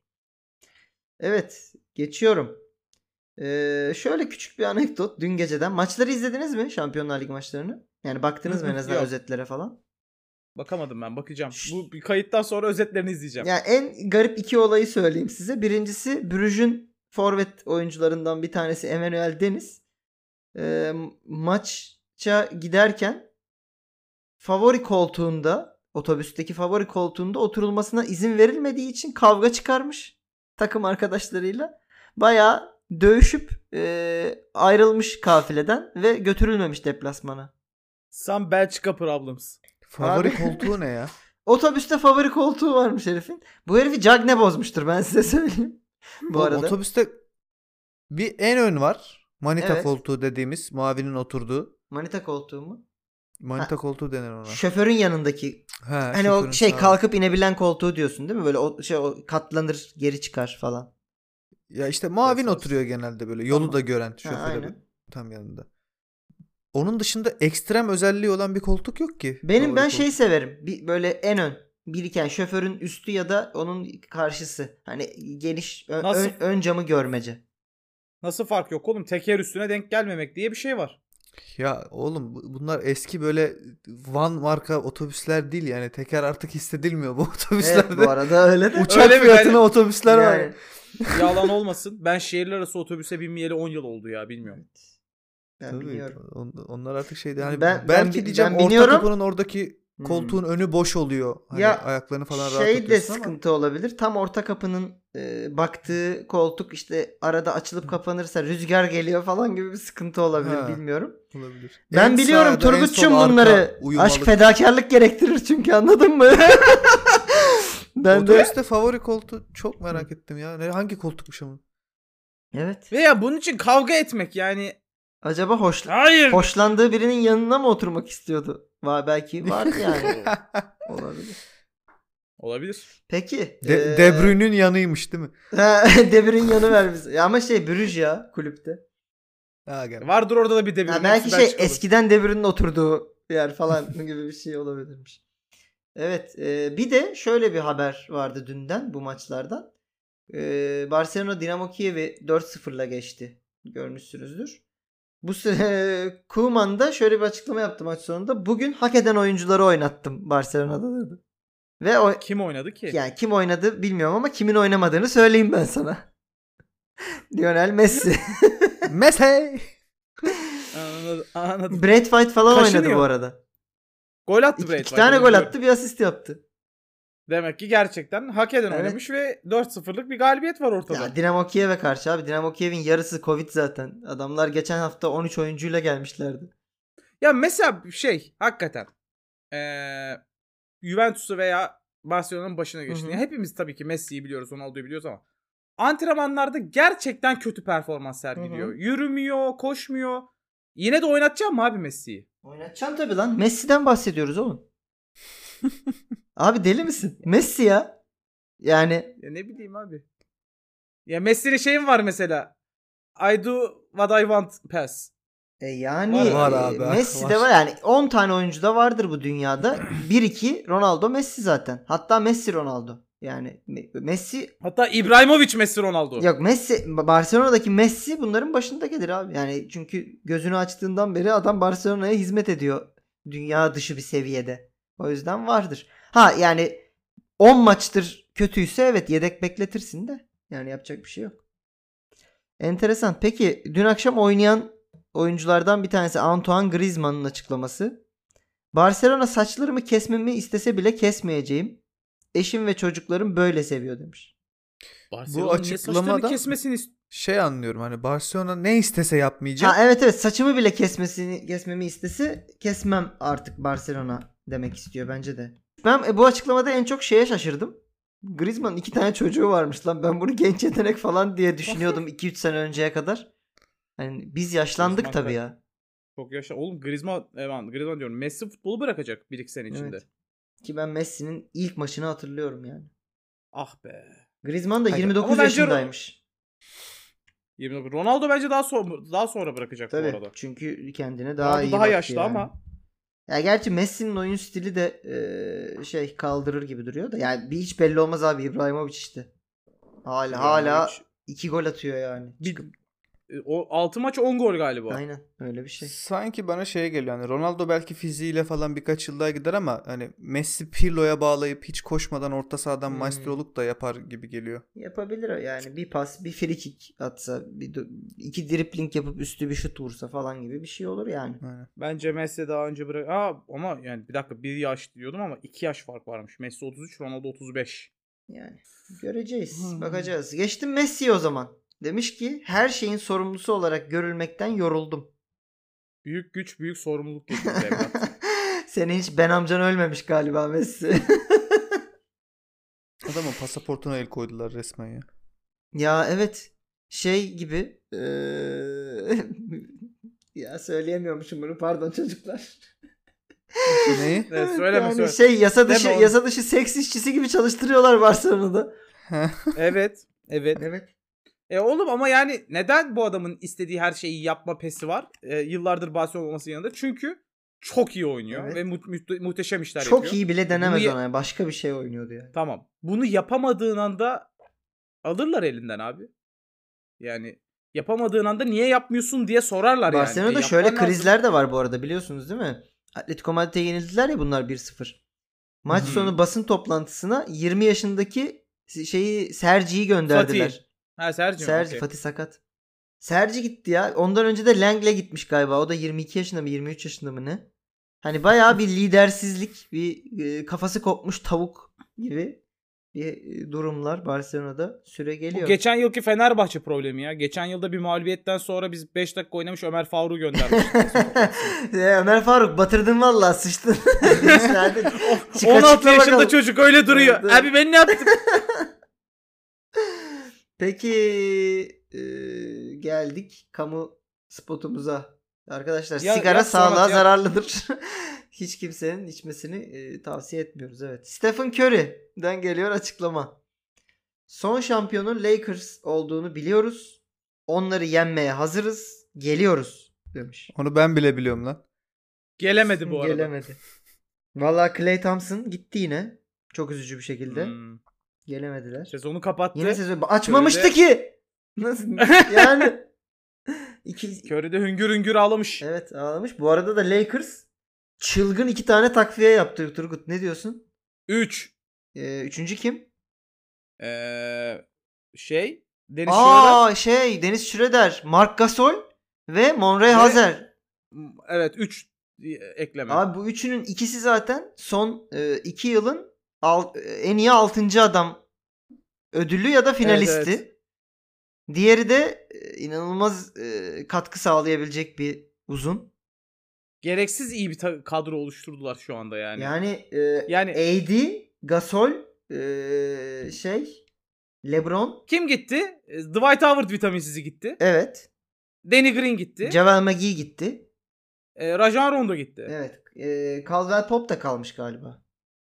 Evet geçiyorum. Ee, şöyle küçük bir anekdot. Dün geceden maçları izlediniz mi? Şampiyonlar Ligi maçlarını. Yani baktınız mı en azından Yok. özetlere falan? Bakamadım ben bakacağım. Şşt. Bu bir kayıttan sonra özetlerini izleyeceğim. Yani en garip iki olayı söyleyeyim size. Birincisi Brugge'ün forvet oyuncularından bir tanesi Emmanuel Deniz. Ee, maça giderken favori koltuğunda otobüsteki favori koltuğunda oturulmasına izin verilmediği için kavga çıkarmış takım arkadaşlarıyla. Bayağı dövüşüp e, ayrılmış kafileden ve götürülmemiş deplasmana. Some Belçika problems. Favori Abi. koltuğu ne ya? Otobüste favori koltuğu varmış herifin. Bu herifi Cagne bozmuştur ben size söyleyeyim. Bu Oğlum, arada. Otobüste Bir en ön var. Manita Evet. koltuğu dediğimiz mavinin oturduğu. Manita koltuğu mu? Manita Ha. koltuğu denir ona. Şoförün yanındaki. Ha, Hani o şoförün şey sağ- kalkıp inebilen koltuğu diyorsun değil mi? Böyle o şey o katlanır, geri çıkar falan. Ya işte mavin Esas. oturuyor genelde böyle. Yolu Tamam. da gören Ha, şoföre aynen. tam yanında. Onun dışında ekstrem özelliği olan bir koltuk yok ki. Benim Favori ben şey koltuk. severim. Bir, böyle en ön. Biriken şoförün üstü ya da onun karşısı. Hani geniş ö- Nasıl? ön, ön camı görmece. Nasıl fark yok oğlum? Teker üstüne denk gelmemek diye bir şey var. Ya oğlum bu- bunlar eski böyle Van marka otobüsler değil yani. Teker artık hissedilmiyor bu otobüslerde. Evet bu arada öyle de. Uçak Öyle mi? fiyatına Ben- otobüsler var. Yani. Yalan olmasın. Ben şehirler arası otobüse binmeyeli on yıl oldu ya, bilmiyorum. Ben Tabii, biliyorum. on- onlar artık şeydi. Hani Ben- ben belki bi- diyeceğim ben orta biniyorum. kapının oradaki Hmm. koltuğun önü boş oluyor. Hani Ya, ayaklarını falan rahat Şey de atıyorsun ama. sıkıntı olabilir. Tam orta kapının e, baktığı koltuk işte arada açılıp kapanırsa rüzgar geliyor falan gibi bir sıkıntı olabilir, Ha. bilmiyorum. Olabilir. Ben En biliyorum sağda, en Turgut'cum sol arka bunları. uyumalık. Aşk fedakarlık gerektirir çünkü, anladın mı? Ben de Otobüste favori koltuğu çok merak ettim ya. Ne, hangi koltukmuş ama? evet. Veya bunun için kavga etmek yani. Acaba hoş Hayır. hoşlandığı birinin yanına mı oturmak istiyordu? Va belki vardı yani. Olabilir. Olabilir. Peki. De, ee, De Bruyne'ün yanıymış değil mi? De Bruyne yanı vermiş. Ya ama şey Brüj ya kulüpte. Ha, gel. Vardır orada da bir devir. Ha, belki şey eskiden De Bruyne'in oturduğu yer falan gibi bir şey olabilirmiş. Evet. E, bir de şöyle bir haber vardı dünden bu maçlardan. E, Barcelona Dinamo Kiev'i dört sıfırla geçti. Görmüşsünüzdür. Bu se- Koeman da şöyle bir açıklama yaptı maç sonunda. Bugün hak eden oyuncuları oynattım Barcelona'da dedi. Ve o Kim oynadı ki? yani kim oynadı bilmiyorum ama kimin oynamadığını söyleyeyim ben sana. Lionel Messi. Messi. Anladım. anladım. Brad White falan Kaşınıyor. oynadı bu arada. Gol attı İki, Brad iki White, tane onu gol biliyorum. attı, bir asist yaptı. Demek ki gerçekten hak eden Evet. oynamış ve dört sıfırlık bir galibiyet var ortada. Ya Dinamo Kiev'e karşı abi. Dinamo Kiev'in yarısı Covid zaten. Adamlar geçen hafta on üç oyuncuyla gelmişlerdi. Ya mesela şey hakikaten ee, Juventus'u veya Barcelona'nın başına geçti. Hı hı. Yani hepimiz tabii ki Messi'yi biliyoruz, Ronaldo'yu biliyoruz ama antrenmanlarda gerçekten kötü performans sergiliyor. Hı hı. Yürümüyor, koşmuyor. Yine de oynatacağım mı abi Messi'yi? Oynatacaksın tabii lan. Messi'den bahsediyoruz oğlum. Abi deli misin? Messi ya. Yani Ya ne bileyim abi. Ya Messi'nin şeyim var mesela. I do what I want pass. e yani Var- var e, abi, Messi var. de var yani on tane oyuncu da vardır bu dünyada. bir iki Ronaldo Messi zaten. Hatta Messi Ronaldo. Yani Me- Messi Hatta İbrahimovic Messi Ronaldo. yok Messi Barcelona'daki Messi bunların başında gelir abi. Yani çünkü gözünü açtığından beri adam Barcelona'ya hizmet ediyor. Dünya dışı bir seviyede. O yüzden vardır. Ha yani on maçtır kötüyse evet yedek bekletirsin de. Yani yapacak bir şey yok. Enteresan. Peki dün akşam oynayan oyunculardan bir tanesi Antoine Griezmann'ın açıklaması. Barcelona saçlarımı kesmemi istese bile kesmeyeceğim. Eşim ve çocuklarım böyle seviyor demiş. Barcelona Bu niye saçlarını açıklamadan- kesmesini ist- Şey anlıyorum hani Barcelona ne istese yapmayacak. Ha evet evet saçımı bile kesmesini kesmemi istese kesmem artık Barcelona demek istiyor bence de. Ben e, bu açıklamada en çok şeye şaşırdım. Griezmann'ın iki tane çocuğu varmış lan. Ben bunu genç yetenek falan diye düşünüyordum iki üç sene önceye kadar. Hani biz yaşlandık Griezmann tabii da- ya. Çok yaşa. Oğlum Griezmann, evet, Griezmann diyorum. Messi futbolu bırakacak bir iki sene içinde. Evet. Ki ben Messi'nin ilk maçını hatırlıyorum yani. Ah be. Griezmann da Hayır, yirmi dokuz ama bence yaşındaymış. yirmi dokuz. Ronaldo bence daha sonra daha sonra bırakacak bu Tabii. arada. Çünkü kendine daha Ronaldo iyi daha baktı yaşlı yani. ama Ya gerçi Messi'nin oyun stili de e, şey kaldırır gibi duruyor da. Yani bir hiç belli olmaz abi, İbrahimovic işte. Hala hala İbrahimovic- iki gol atıyor yani. bir, Çıkıp. e, o altı maç on gol galiba. Aynen öyle bir şey. Sanki bana şey geliyor hani Ronaldo belki fiziğiyle falan birkaç yıl daha gider ama hani Messi Pirlo'ya bağlayıp hiç koşmadan orta sahadan Hmm. maestroluk da yapar gibi geliyor. Yapabilir o yani, bir pas bir free kick atsa bir do- iki dribling yapıp üstü bir şut vursa falan gibi bir şey olur yani. Aynen. Bence Messi daha önce bırak. Aa, ama yani bir dakika bir yaş diyordum ama iki yaş fark varmış. Messi otuz üç, Ronaldo otuz beş. Yani göreceğiz, Hmm. bakacağız. Geçtim Messi'ye o zaman. Demiş ki her şeyin sorumlusu olarak görülmekten yoruldum. Büyük güç büyük sorumluluk getirir evlat. Senin hiç Ben amcan ölmemiş galiba Messi. Adamın pasaportuna el koydular resmen ya. Ya evet. şey gibi ee, ya söyleyemiyormuşum bunu, pardon çocuklar. Neyi? Evet, söyleme Yani söyle. şey yasa dışı Deme oğlum. yasa dışı seks işçisi gibi çalıştırıyorlar Barcelona'da. Evet. Evet. Evet. E oğlum ama yani neden bu adamın istediği her şeyi yapma pesi var? E, yıllardır Barcelona olması yanında. Çünkü çok iyi oynuyor Evet. ve mu- mu- muhteşem işler Çok yapıyor. iyi bile denemez Bunu ye- ona. Başka bir şey oynuyordu yani. Tamam. Bunu yapamadığın anda alırlar elinden abi. Yani yapamadığın anda niye yapmıyorsun diye sorarlar yani. Barcelona'da E, şöyle yapman lazım. krizler de var bu arada, biliyorsunuz değil mi? Atletico Madrid'e yenildiler ya bunlar bir sıfır. Maç Hı hı. sonu basın toplantısına yirmi yaşındaki şeyi Sergi'yi gönderdiler. Fatih. Ha Sergio. Sergi okey. Fatih sakat. Sergi gitti ya. Ondan önce de Lengle gitmiş galiba. O da yirmi iki yaşında mı yirmi üç yaşında mı ne? Hani bayağı bir lidersizlik, bir e, kafası kopmuş tavuk gibi bir e, durumlar Barcelona'da süre Bu geliyor. geçen yılki Fenerbahçe problemi ya. Geçen yılda bir mağlubiyetten sonra biz beş dakika oynamış Ömer Faruk'u göndermiştik. Ya Ömer Faruk batırdın vallahi, sıçtın. Yani çık on altı açıkla yaşında bakalım. çocuk öyle duruyor. Evet, evet. Abi ben ne yaptım? Peki e, geldik kamu spotumuza. Arkadaşlar Ya- sigara yap sonra, sağlığa yap. zararlıdır. Hiç kimsenin içmesini e, tavsiye etmiyoruz. Evet. Stephen Curry'den geliyor açıklama. Son şampiyonun Lakers olduğunu biliyoruz. Onları yenmeye hazırız. Geliyoruz demiş. Onu ben bile biliyorum lan. Gelemedi bu arada. Gelemedi. Vallahi Klay Thompson gitti yine. Çok üzücü bir şekilde. Hmm. Gelemediler. Sezonu kapattı. Yine sezon açmamıştı Curry'de- ki. Nasıl? Yani iki Curry'de hüngür hüngür ağlamış. evet ağlamış. Bu arada da Lakers çılgın iki tane takviye yaptı Turgut. Ne diyorsun? üç. Ee, üçüncü kim? Ee, şey. Deniz Şörer. Aa şey Deniz Şröder, Marc Gasol ve Monray Hazer. Evet üç ekleme. Abi bu üçünün ikisi zaten son e, iki yılın al- en iyi altıncı adam ödüllü ya da finalisti. Evet, Diğeri de e, inanılmaz e, katkı sağlayabilecek bir uzun. Gereksiz iyi bir ta- kadro oluşturdular şu anda yani. Yani e, Yani- A D, Gasol, e, şey, LeBron, Kim gitti? Ee, Dwight Howard vitaminsizi gitti. evet. Danny Green gitti. Javel McGee gitti. Ee, Rajon Rondo gitti. Evet. E, Caldwell Pope da kalmış galiba.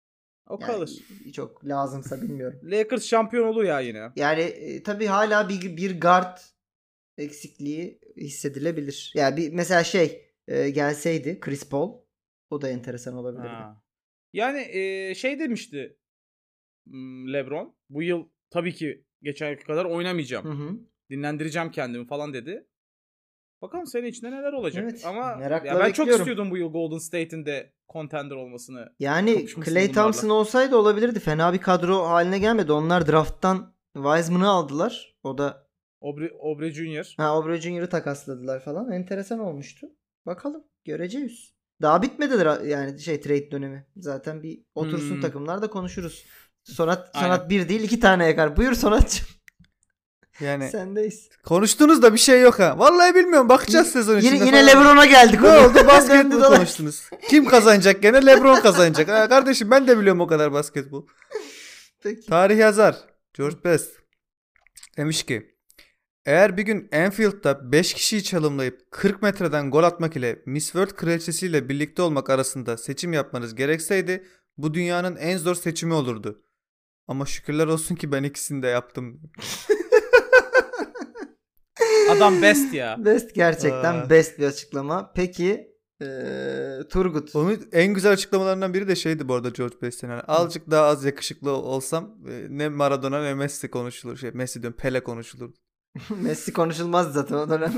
O Yani kalır. çok lazımsa bilmiyorum. Lakers şampiyon olur ya yine. Yani e, tabii hala bir bir guard eksikliği hissedilebilir. Yani bir mesela şey e, gelseydi Chris Paul, o da enteresan olabilirdi. Ha. Yani e, şey demişti hmm, LeBron. Bu yıl tabii ki geçen yıl kadar oynamayacağım. Hı hı. Dinlendireceğim kendimi falan dedi. Bakalım senin içinde neler olacak. Evet, Ama merakla ya ben çok bekliyorum. istiyordum bu yıl Golden State'in de contender olmasını. Yani Kapışmışsın Klay bunlarla. Thompson olsaydı olabilirdi. Fena bir kadro haline gelmedi. Onlar draft'tan Wiseman'ı aldılar. O da Aubrey, Aubrey Junior ha Aubrey Junior'ı takasladılar falan. Enteresan olmuştu. Bakalım. Göreceğiz. Daha bitmedi dra- yani şey trade dönemi. Zaten bir otursun Hmm. takımlar da konuşuruz. Sonat Aynen. Sonat bir değil iki tane yakar. Buyur Sonatçım. Yani Sendeyiz. konuştunuz da bir şey yok ha. Vallahi bilmiyorum. Bakacağız sezon içinde. Yine, yine falan. LeBron'a geldik. Ne oldu? Basketbol Döndü dolaştı. konuştunuz. Kim kazanacak gene? LeBron kazanacak. Ha, kardeşim ben de biliyorum o kadar basketbol. Peki. Tarih yazar George Best demiş ki, eğer bir gün Anfield'da beş kişiyi çalımlayıp kırk metreden gol atmak ile Miss World kraliçesiyle birlikte olmak arasında seçim yapmanız gerekseydi bu dünyanın en zor seçimi olurdu. Ama şükürler olsun ki ben ikisini de yaptım. Adam best ya. Best gerçekten Aa. best bir açıklama. Peki eee, Turgut. Onun en güzel açıklamalarından biri de şeydi bu arada George Best'in. Yani azıcık daha az yakışıklı olsam e, ne Maradona ne Messi konuşulur. Şey, Messi diyorum, Pele konuşulur. Messi konuşulmaz zaten o dönem.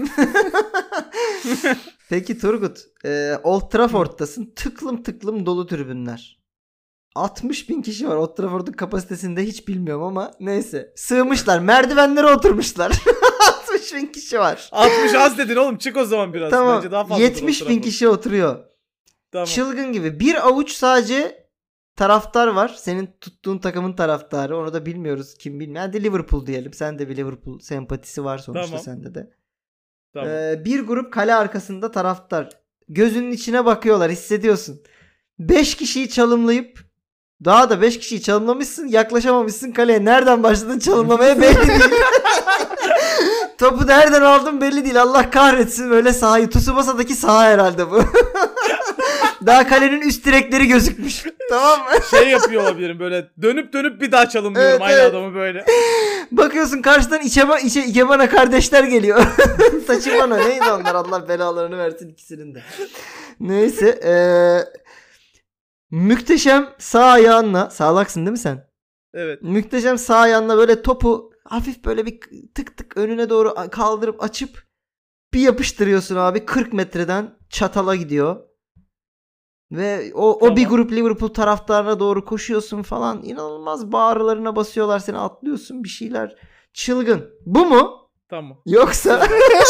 Peki Turgut. E, Old Trafford'tasın. Tıklım tıklım dolu tribünler. altmış bin kişi var. Old Trafford'un kapasitesinde hiç bilmiyorum ama neyse. Sığmışlar. Merdivenlere oturmuşlar. altmış bin kişi var. altmış az dedin oğlum, çık o zaman biraz. Tamam. Bence daha fazla yetmiş bin kişi oturuyor. Tamam. Çılgın gibi. Bir avuç sadece taraftar var. Senin tuttuğun takımın taraftarı. Onu da bilmiyoruz. Kim bilmiyor. Hadi Liverpool diyelim. Sen de bir Liverpool sempatisi var sonuçta Tamam. sende de. Tamam. Ee, bir grup kale arkasında taraftar. Gözünün içine bakıyorlar. Hissediyorsun. beş kişiyi çalımlayıp daha da beş kişiyi çalımlamışsın. Yaklaşamamışsın kaleye. Nereden başladın çalımlamaya belli değil. Topu nereden aldım belli değil. Allah kahretsin böyle sahayı. Tsubasa'daki saha herhalde bu. Daha kalenin üst direkleri gözükmüş. Tamam mı? Şey yapıyor olabilirim böyle dönüp dönüp bir daha çalımlıyorum Evet, aynı evet. adamı böyle. Bakıyorsun karşıdan İçeba, İçe, İkebana kardeşler geliyor. Tachibana neydi onlar, Allah belalarını versin ikisinin de. Neyse. Ee, Muhteşem sağ ayağınla. Sağlaksın değil mi sen? Evet. Muhteşem sağ ayağınla böyle topu hafif böyle bir tık tık önüne doğru kaldırıp açıp bir yapıştırıyorsun abi. kırk metreden çatala gidiyor. Ve o, Tamam. o bir grup Liverpool taraftarına doğru koşuyorsun falan. İnanılmaz bağrılarına basıyorlar seni, atlıyorsun bir şeyler. Çılgın. Bu mu? Tamam. Yoksa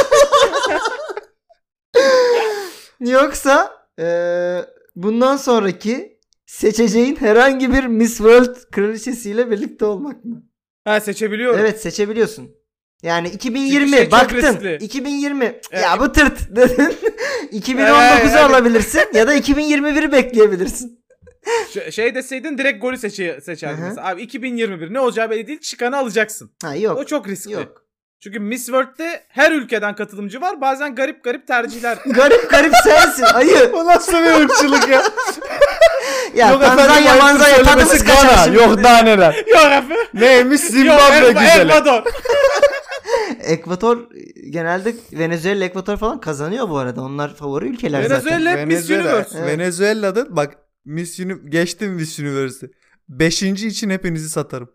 yoksa eee, bundan sonraki seçeceğin herhangi bir Miss World kraliçesiyle birlikte olmak mı? Ha seçebiliyorum. Evet, seçebiliyorsun. Yani iki bin yirmi Çünkü şey çok baktın. riskli. iki bin yirmi Evet. ya bu tırt dedin. iki bin on dokuzu Evet, evet. alabilirsin ya da iki bin yirmi biri bekleyebilirsin. Ş- şey deseydin direkt golü seçi seçerdin. Hı hı. Mesela. Abi iki bin yirmi bir ne olacağı belli değil, çıkanı alacaksın. Ha yok. O çok riskli. Yok. Çünkü Miss World'de her ülkeden katılımcı var. Bazen garip garip tercihler. Garip garip sensin ayı. O nasıl bir ırkçılık ya? Ya Yok efendim, Tanzanya ayıptır manzaya söylemesi tadımız kaçar Gana. şimdi. Yok daha neler. Yok efendim. Neymiş Yok Zimbabwe Ekva- güzeli. Ekvador. Ekvator genelde Venezuela, Ekvator falan kazanıyor bu arada. Onlar favori ülkeler zaten. Venezuela hep Miss Venezuela. Universe. Evet. Venezuela'da bak Miss Uni geçtim Miss Universe'i. Beşinci için hepinizi satarım.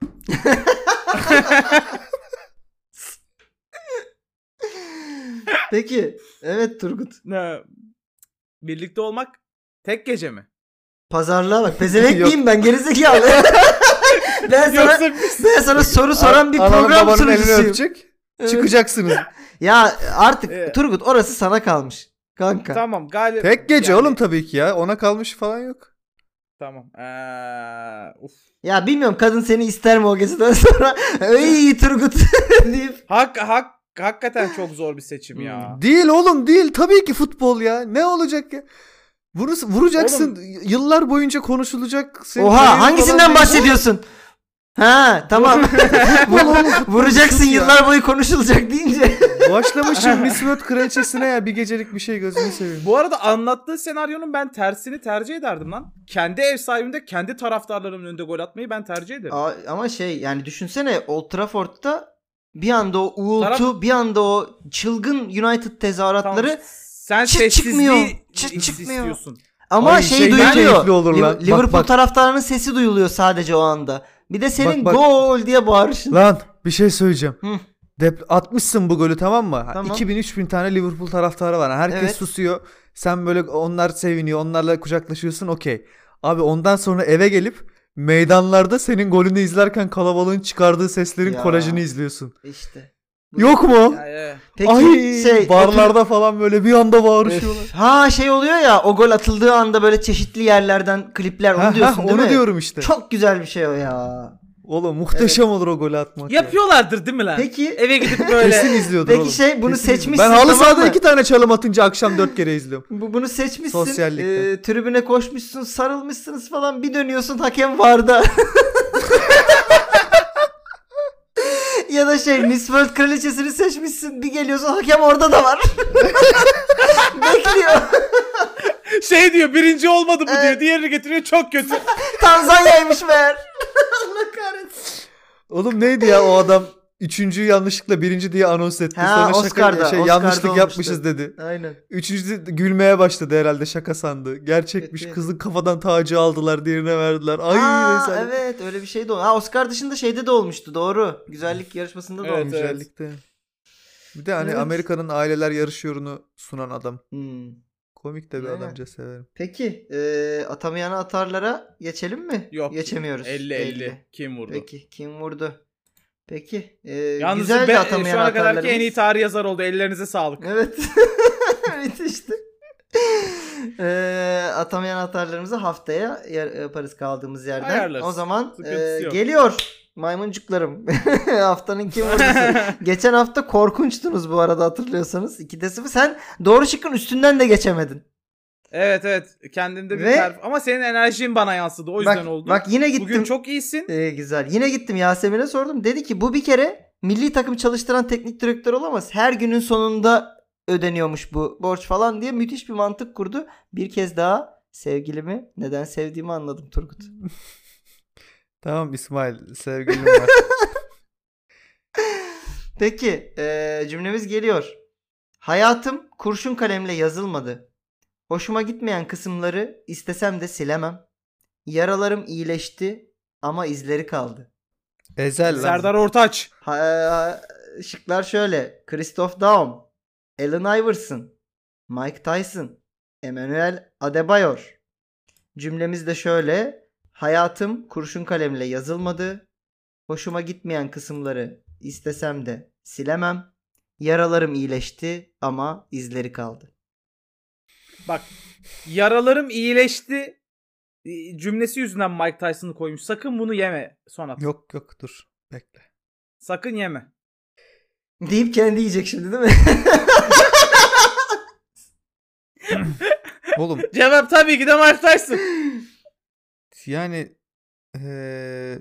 Peki. Evet Turgut. Ne? Birlikte olmak tek gece mi? Pazarlığa bak. Pezevenk Yok. miyim ben? Gerizekalı. ben sana Yoksa Miss... ben sana soru soran bir Ananın program babanın elini sunucusuyum. öpecek. Evet. Çıkacaksınız. Ya artık Evet. Turgut orası sana kalmış. Kanka. Tamam galiba. Tek gece Yani- oğlum tabii ki ya. Ona kalmış falan yok. Tamam. Ee, uf. Ya bilmiyorum kadın seni ister mi o geceden sonra? Ey Turgut deyip. Hak, hak, hakikaten çok zor bir seçim ya. Değil oğlum değil. Tabii ki futbol ya. Ne olacak ya? Vurus, vuracaksın. Yıllar boyunca konuşulacak. Senin kariyerin Oha falan hangisinden değil. bahsediyorsun? Ha tamam. Vuracaksın Futbol ya. yıllar boyu konuşulacak deyince. Başlamışım Miss World kraliçesine ya. Bir gecelik bir şey gözünü seveyim. Bu arada anlattığı senaryonun ben tersini tercih ederdim lan. Kendi ev sahibimde kendi taraftarlarımın önünde gol atmayı ben tercih ederim. Aa, ama şey yani düşünsene Old Trafford'da bir anda o uğultu, Taraf- bir anda o çılgın United tezahüratları Tamam, sen çıt sessizliği çıkmıyor, is- çıt çıkmıyor. istiyorsun. ama Ay, şey şeyden duyuluyor. keyifli olur lan. Liv- Liverpool Bak, bak. taraftarının sesi duyuluyor sadece o anda. Bir de senin Bak, bak. gol diye bağırışın. Lan bir şey söyleyeceğim. Hı. Dep atmışsın bu golü tamam mı? Tamam. iki bin üç bin tane Liverpool taraftarı var. Herkes Evet. susuyor. Sen böyle onlar seviniyor. Onlarla kucaklaşıyorsun okey. Abi ondan sonra eve gelip meydanlarda senin golünü izlerken kalabalığın çıkardığı seslerin Ya. kolajını izliyorsun. İşte. Yok mu? Ya, ya. Peki Ay şey barlarda falan böyle bir anda bağırışıyorlar. Öf. Ha şey oluyor ya o gol atıldığı anda böyle çeşitli yerlerden klipler onu Ha, diyorsun ha, değil onu mi? diyorum işte. Çok güzel bir şey o ya. Oğlum muhteşem olur o golü atmak. ya. Yapıyorlardır değil mi lan? Peki- Eve gidip böyle. Kesin izliyordur Peki oğlum. şey, bunu Kesin seçmişsin, izliyordur. Ben halı tamam sahada mı? iki tane çalım atınca akşam dört kere izliyorum. Bu, bunu seçmişsin. Sosyallikte. e, tribüne koşmuşsun, sarılmışsınız falan. Bir dönüyorsun hakem vardı. Ya da şey Miss World kraliçesini seçmişsin. Bir geliyorsun hakem orada da var. Bekliyor. Şey diyor birinci olmadı bu Evet. diyor. Diğerini getiriyor çok kötü. Tanzanya'ymış meğer. Allah kahretsin. Oğlum neydi ya o adam üçüncüyü yanlışlıkla birinci diye anons etti. Ha, Sonra şaka Oscar'da, şey Oscar'da yanlışlık olmuştu. yapmışız dedi. Aynen. Üçüncü de gülmeye başladı herhalde şaka sandı. Gerçekmiş Kötü. kızın kafadan tacı aldılar diğerine verdiler. Ay Aa, rezalet. evet öyle bir şey de oldu. Ha, Oscar dışında şeyde de olmuştu doğru. Güzellik yarışmasında da Evet, olmuş. evet. Güzellikte. Bir de hani Evet. Amerika'nın aileler yarışıyorunu sunan adam. Hmm. Komik de bir Aynen. adamca severim. Peki e, atamayana atarlara geçelim mi? Yok. Geçemiyoruz. elli elli. Kim vurdu? Peki kim vurdu? Peki. E, Yalnız güzel de ben, atamayan şu ana kadarki atarlarımız. en iyi tarih yazar oldu. Ellerinize sağlık. Evet. Müthişti. e, atamayan atarlarımızı haftaya yer- yaparız kaldığımız yerden. Ayarlarız. O zaman Sıkıntısı e, yok. geliyor. Maymuncuklarım. Haftanın kim vurdusu. Geçen hafta korkunçtunuz bu arada hatırlıyorsanız. ikide sıfır. Sen doğru şıkkın üstünden de geçemedin. Evet evet. Kendinde bir Ve- perf- ama senin enerjin bana yansıdı. O yüzden Bak, oldu. bak yine gittim. Bugün çok iyisin. Ee, güzel. Yine gittim Yasemin'e sordum. Dedi ki bu bir kere milli takım çalıştıran teknik direktör olamaz. Her günün sonunda ödeniyormuş bu borç falan diye müthiş bir mantık kurdu. Bir kez daha sevgilimi neden sevdiğimi anladım Turgut. Tamam İsmail, sevgilim var. Peki eee, cümlemiz geliyor. Hayatım kurşun kalemle yazılmadı. Hoşuma gitmeyen kısımları istesem de silemem. Yaralarım iyileşti ama izleri kaldı. Ezel lan. Serdar Ortaç. Ha, şıklar şöyle. Christoph Daum, Allen Iverson, Mike Tyson, Emmanuel Adebayor. Cümlemiz de şöyle. Hayatım kurşun kalemle yazılmadı. Hoşuma gitmeyen kısımları istesem de silemem. Yaralarım iyileşti ama izleri kaldı. Bak, yaralarım iyileşti e, cümlesi yüzünden Mike Tyson'ı koymuş. Sakın bunu yeme Sonat. Yok yok dur bekle. Sakın yeme. Deyip kendi yiyecek şimdi değil mi? Oğlum Cevap tabii ki de Mike Tyson. yani eee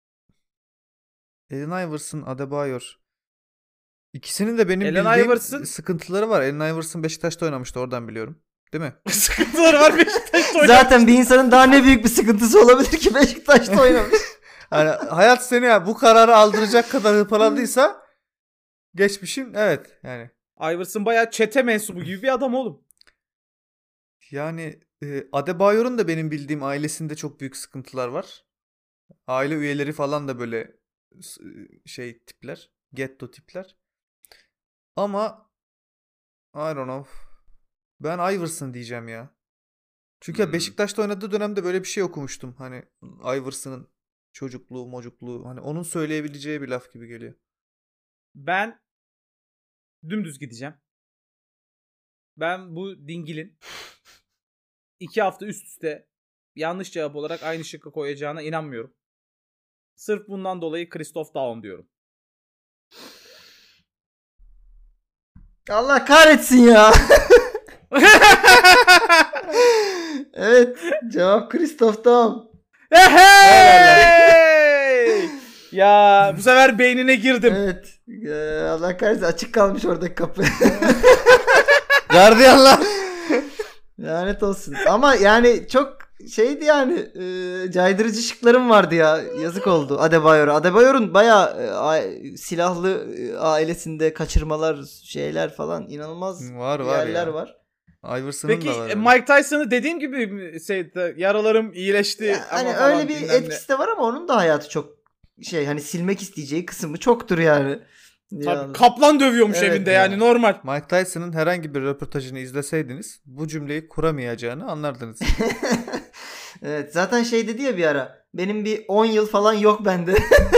Allen Iverson, Adebayor. İkisinin de benim Allen bildiğim Iverson- sıkıntıları var. Allen Iverson Beşiktaş'ta oynamıştı, oradan biliyorum. Değil mi? Sıkıntıları var Beşiktaş'ta oynamış. Zaten bir insanın daha ne büyük bir sıkıntısı olabilir ki Beşiktaş'ta oynamış. Hani hayat seni ya bu kararı aldıracak kadar hırpalandıysa geçmişin evet yani. Iverson bayağı çete mensubu gibi bir adam oğlum. Yani e, Adebayor'un da benim bildiğim ailesinde çok büyük sıkıntılar var. Aile üyeleri falan da böyle s- şey tipler. Getto tipler. Ama I don't know. Ben Iverson diyeceğim ya. Çünkü Hmm. Beşiktaş'ta oynadığı dönemde böyle bir şey okumuştum. Hani Iverson'ın çocukluğu, mocukluğu. Hani onun söyleyebileceği bir laf gibi geliyor. Ben dümdüz gideceğim. Ben bu dingilin iki hafta üst üste yanlış cevap olarak aynı şıkkı koyacağına inanmıyorum. Sırf bundan dolayı Christoph Daum diyorum. Allah kahretsin ya. Evet. Cevap Christoph Daum. Hey! Ya bu sefer beynine girdim. Evet. Ee, Allah kahretsin açık kalmış oradaki kapı. Gardiyanlar. Lanet olsun. Ama yani çok şeydi yani e, caydırıcı şıklarım vardı ya. Yazık oldu Adebayor'a. Adebayor'un bayağı e, a- silahlı e, ailesinde kaçırmalar şeyler falan inanılmaz Var, var yerler ya. var. Iverson'ın Peki da var. e, öyle. Mike Tyson'ı dediğim gibi mi şey, yaralarım iyileşti. Ya, ama hani falan öyle bir bilmem ne. etkisi de var ama onun da hayatı çok şey hani silmek isteyeceği kısmı çoktur yani. Tabii, Yani. kaplan dövüyormuş Evet evinde ya. yani normal. Mike Tyson'ın herhangi bir röportajını izleseydiniz bu cümleyi kuramayacağını anlardınız. Evet zaten şey dedi ya bir ara. Benim bir on yıl falan yok bende.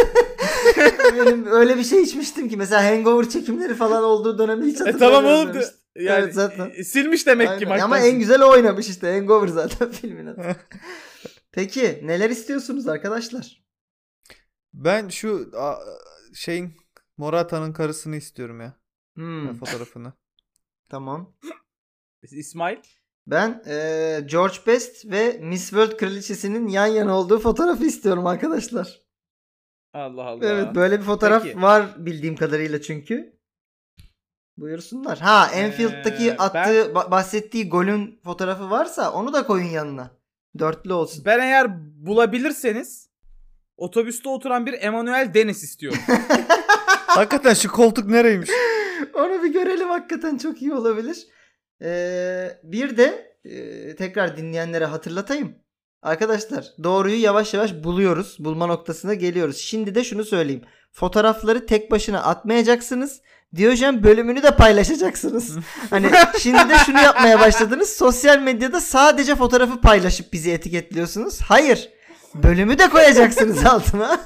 Benim öyle bir şey içmiştim ki mesela Hangover çekimleri falan olduğu dönemi hiç E hatırlamıyorum. tamam oğlum. demişti. Yani Evet, zaten. e, silmiş demek ki Aynen. Mike Ama Tyson. en güzel o oynamış işte. Hangover zaten filmin adı. Peki neler istiyorsunuz arkadaşlar? Ben şu a, şeyin Morata'nın karısını istiyorum ya. Hmm, Fotoğrafını. tamam. İsmail. Ben eee, George Best ve Miss World kraliçesinin yan yana olduğu fotoğrafı istiyorum arkadaşlar. Allah Allah. Evet böyle bir fotoğraf Peki. var bildiğim kadarıyla çünkü. Buyursunlar. Ha Enfield'daki Ee, attığı ba- bahsettiği golün fotoğrafı varsa onu da koyun yanına. Dörtlü olsun. Ben eğer bulabilirseniz otobüste oturan bir Emmanuel Dennis istiyorum. Hakikaten şu koltuk nereymiş? Onu bir görelim hakikaten çok iyi olabilir. Ee, bir de e, tekrar dinleyenlere hatırlatayım. Arkadaşlar doğruyu yavaş yavaş buluyoruz. Bulma noktasına geliyoruz. Şimdi de şunu söyleyeyim. Fotoğrafları tek başına atmayacaksınız. Diyojen bölümünü de paylaşacaksınız. Hani şimdi de şunu yapmaya başladınız. Sosyal medyada sadece fotoğrafı paylaşıp bizi etiketliyorsunuz. Hayır. Bölümü de koyacaksınız altına.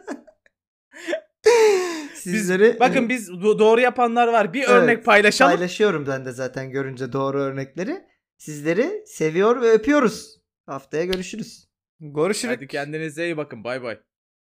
Sizleri Biz, bakın biz do- doğru yapanlar var. Bir Evet, örnek paylaşalım. paylaşıyorum ben de zaten görünce doğru örnekleri. Sizleri seviyor ve öpüyoruz. Haftaya görüşürüz. Görüşürüz. Hadi kendinize iyi bakın. Bay bay.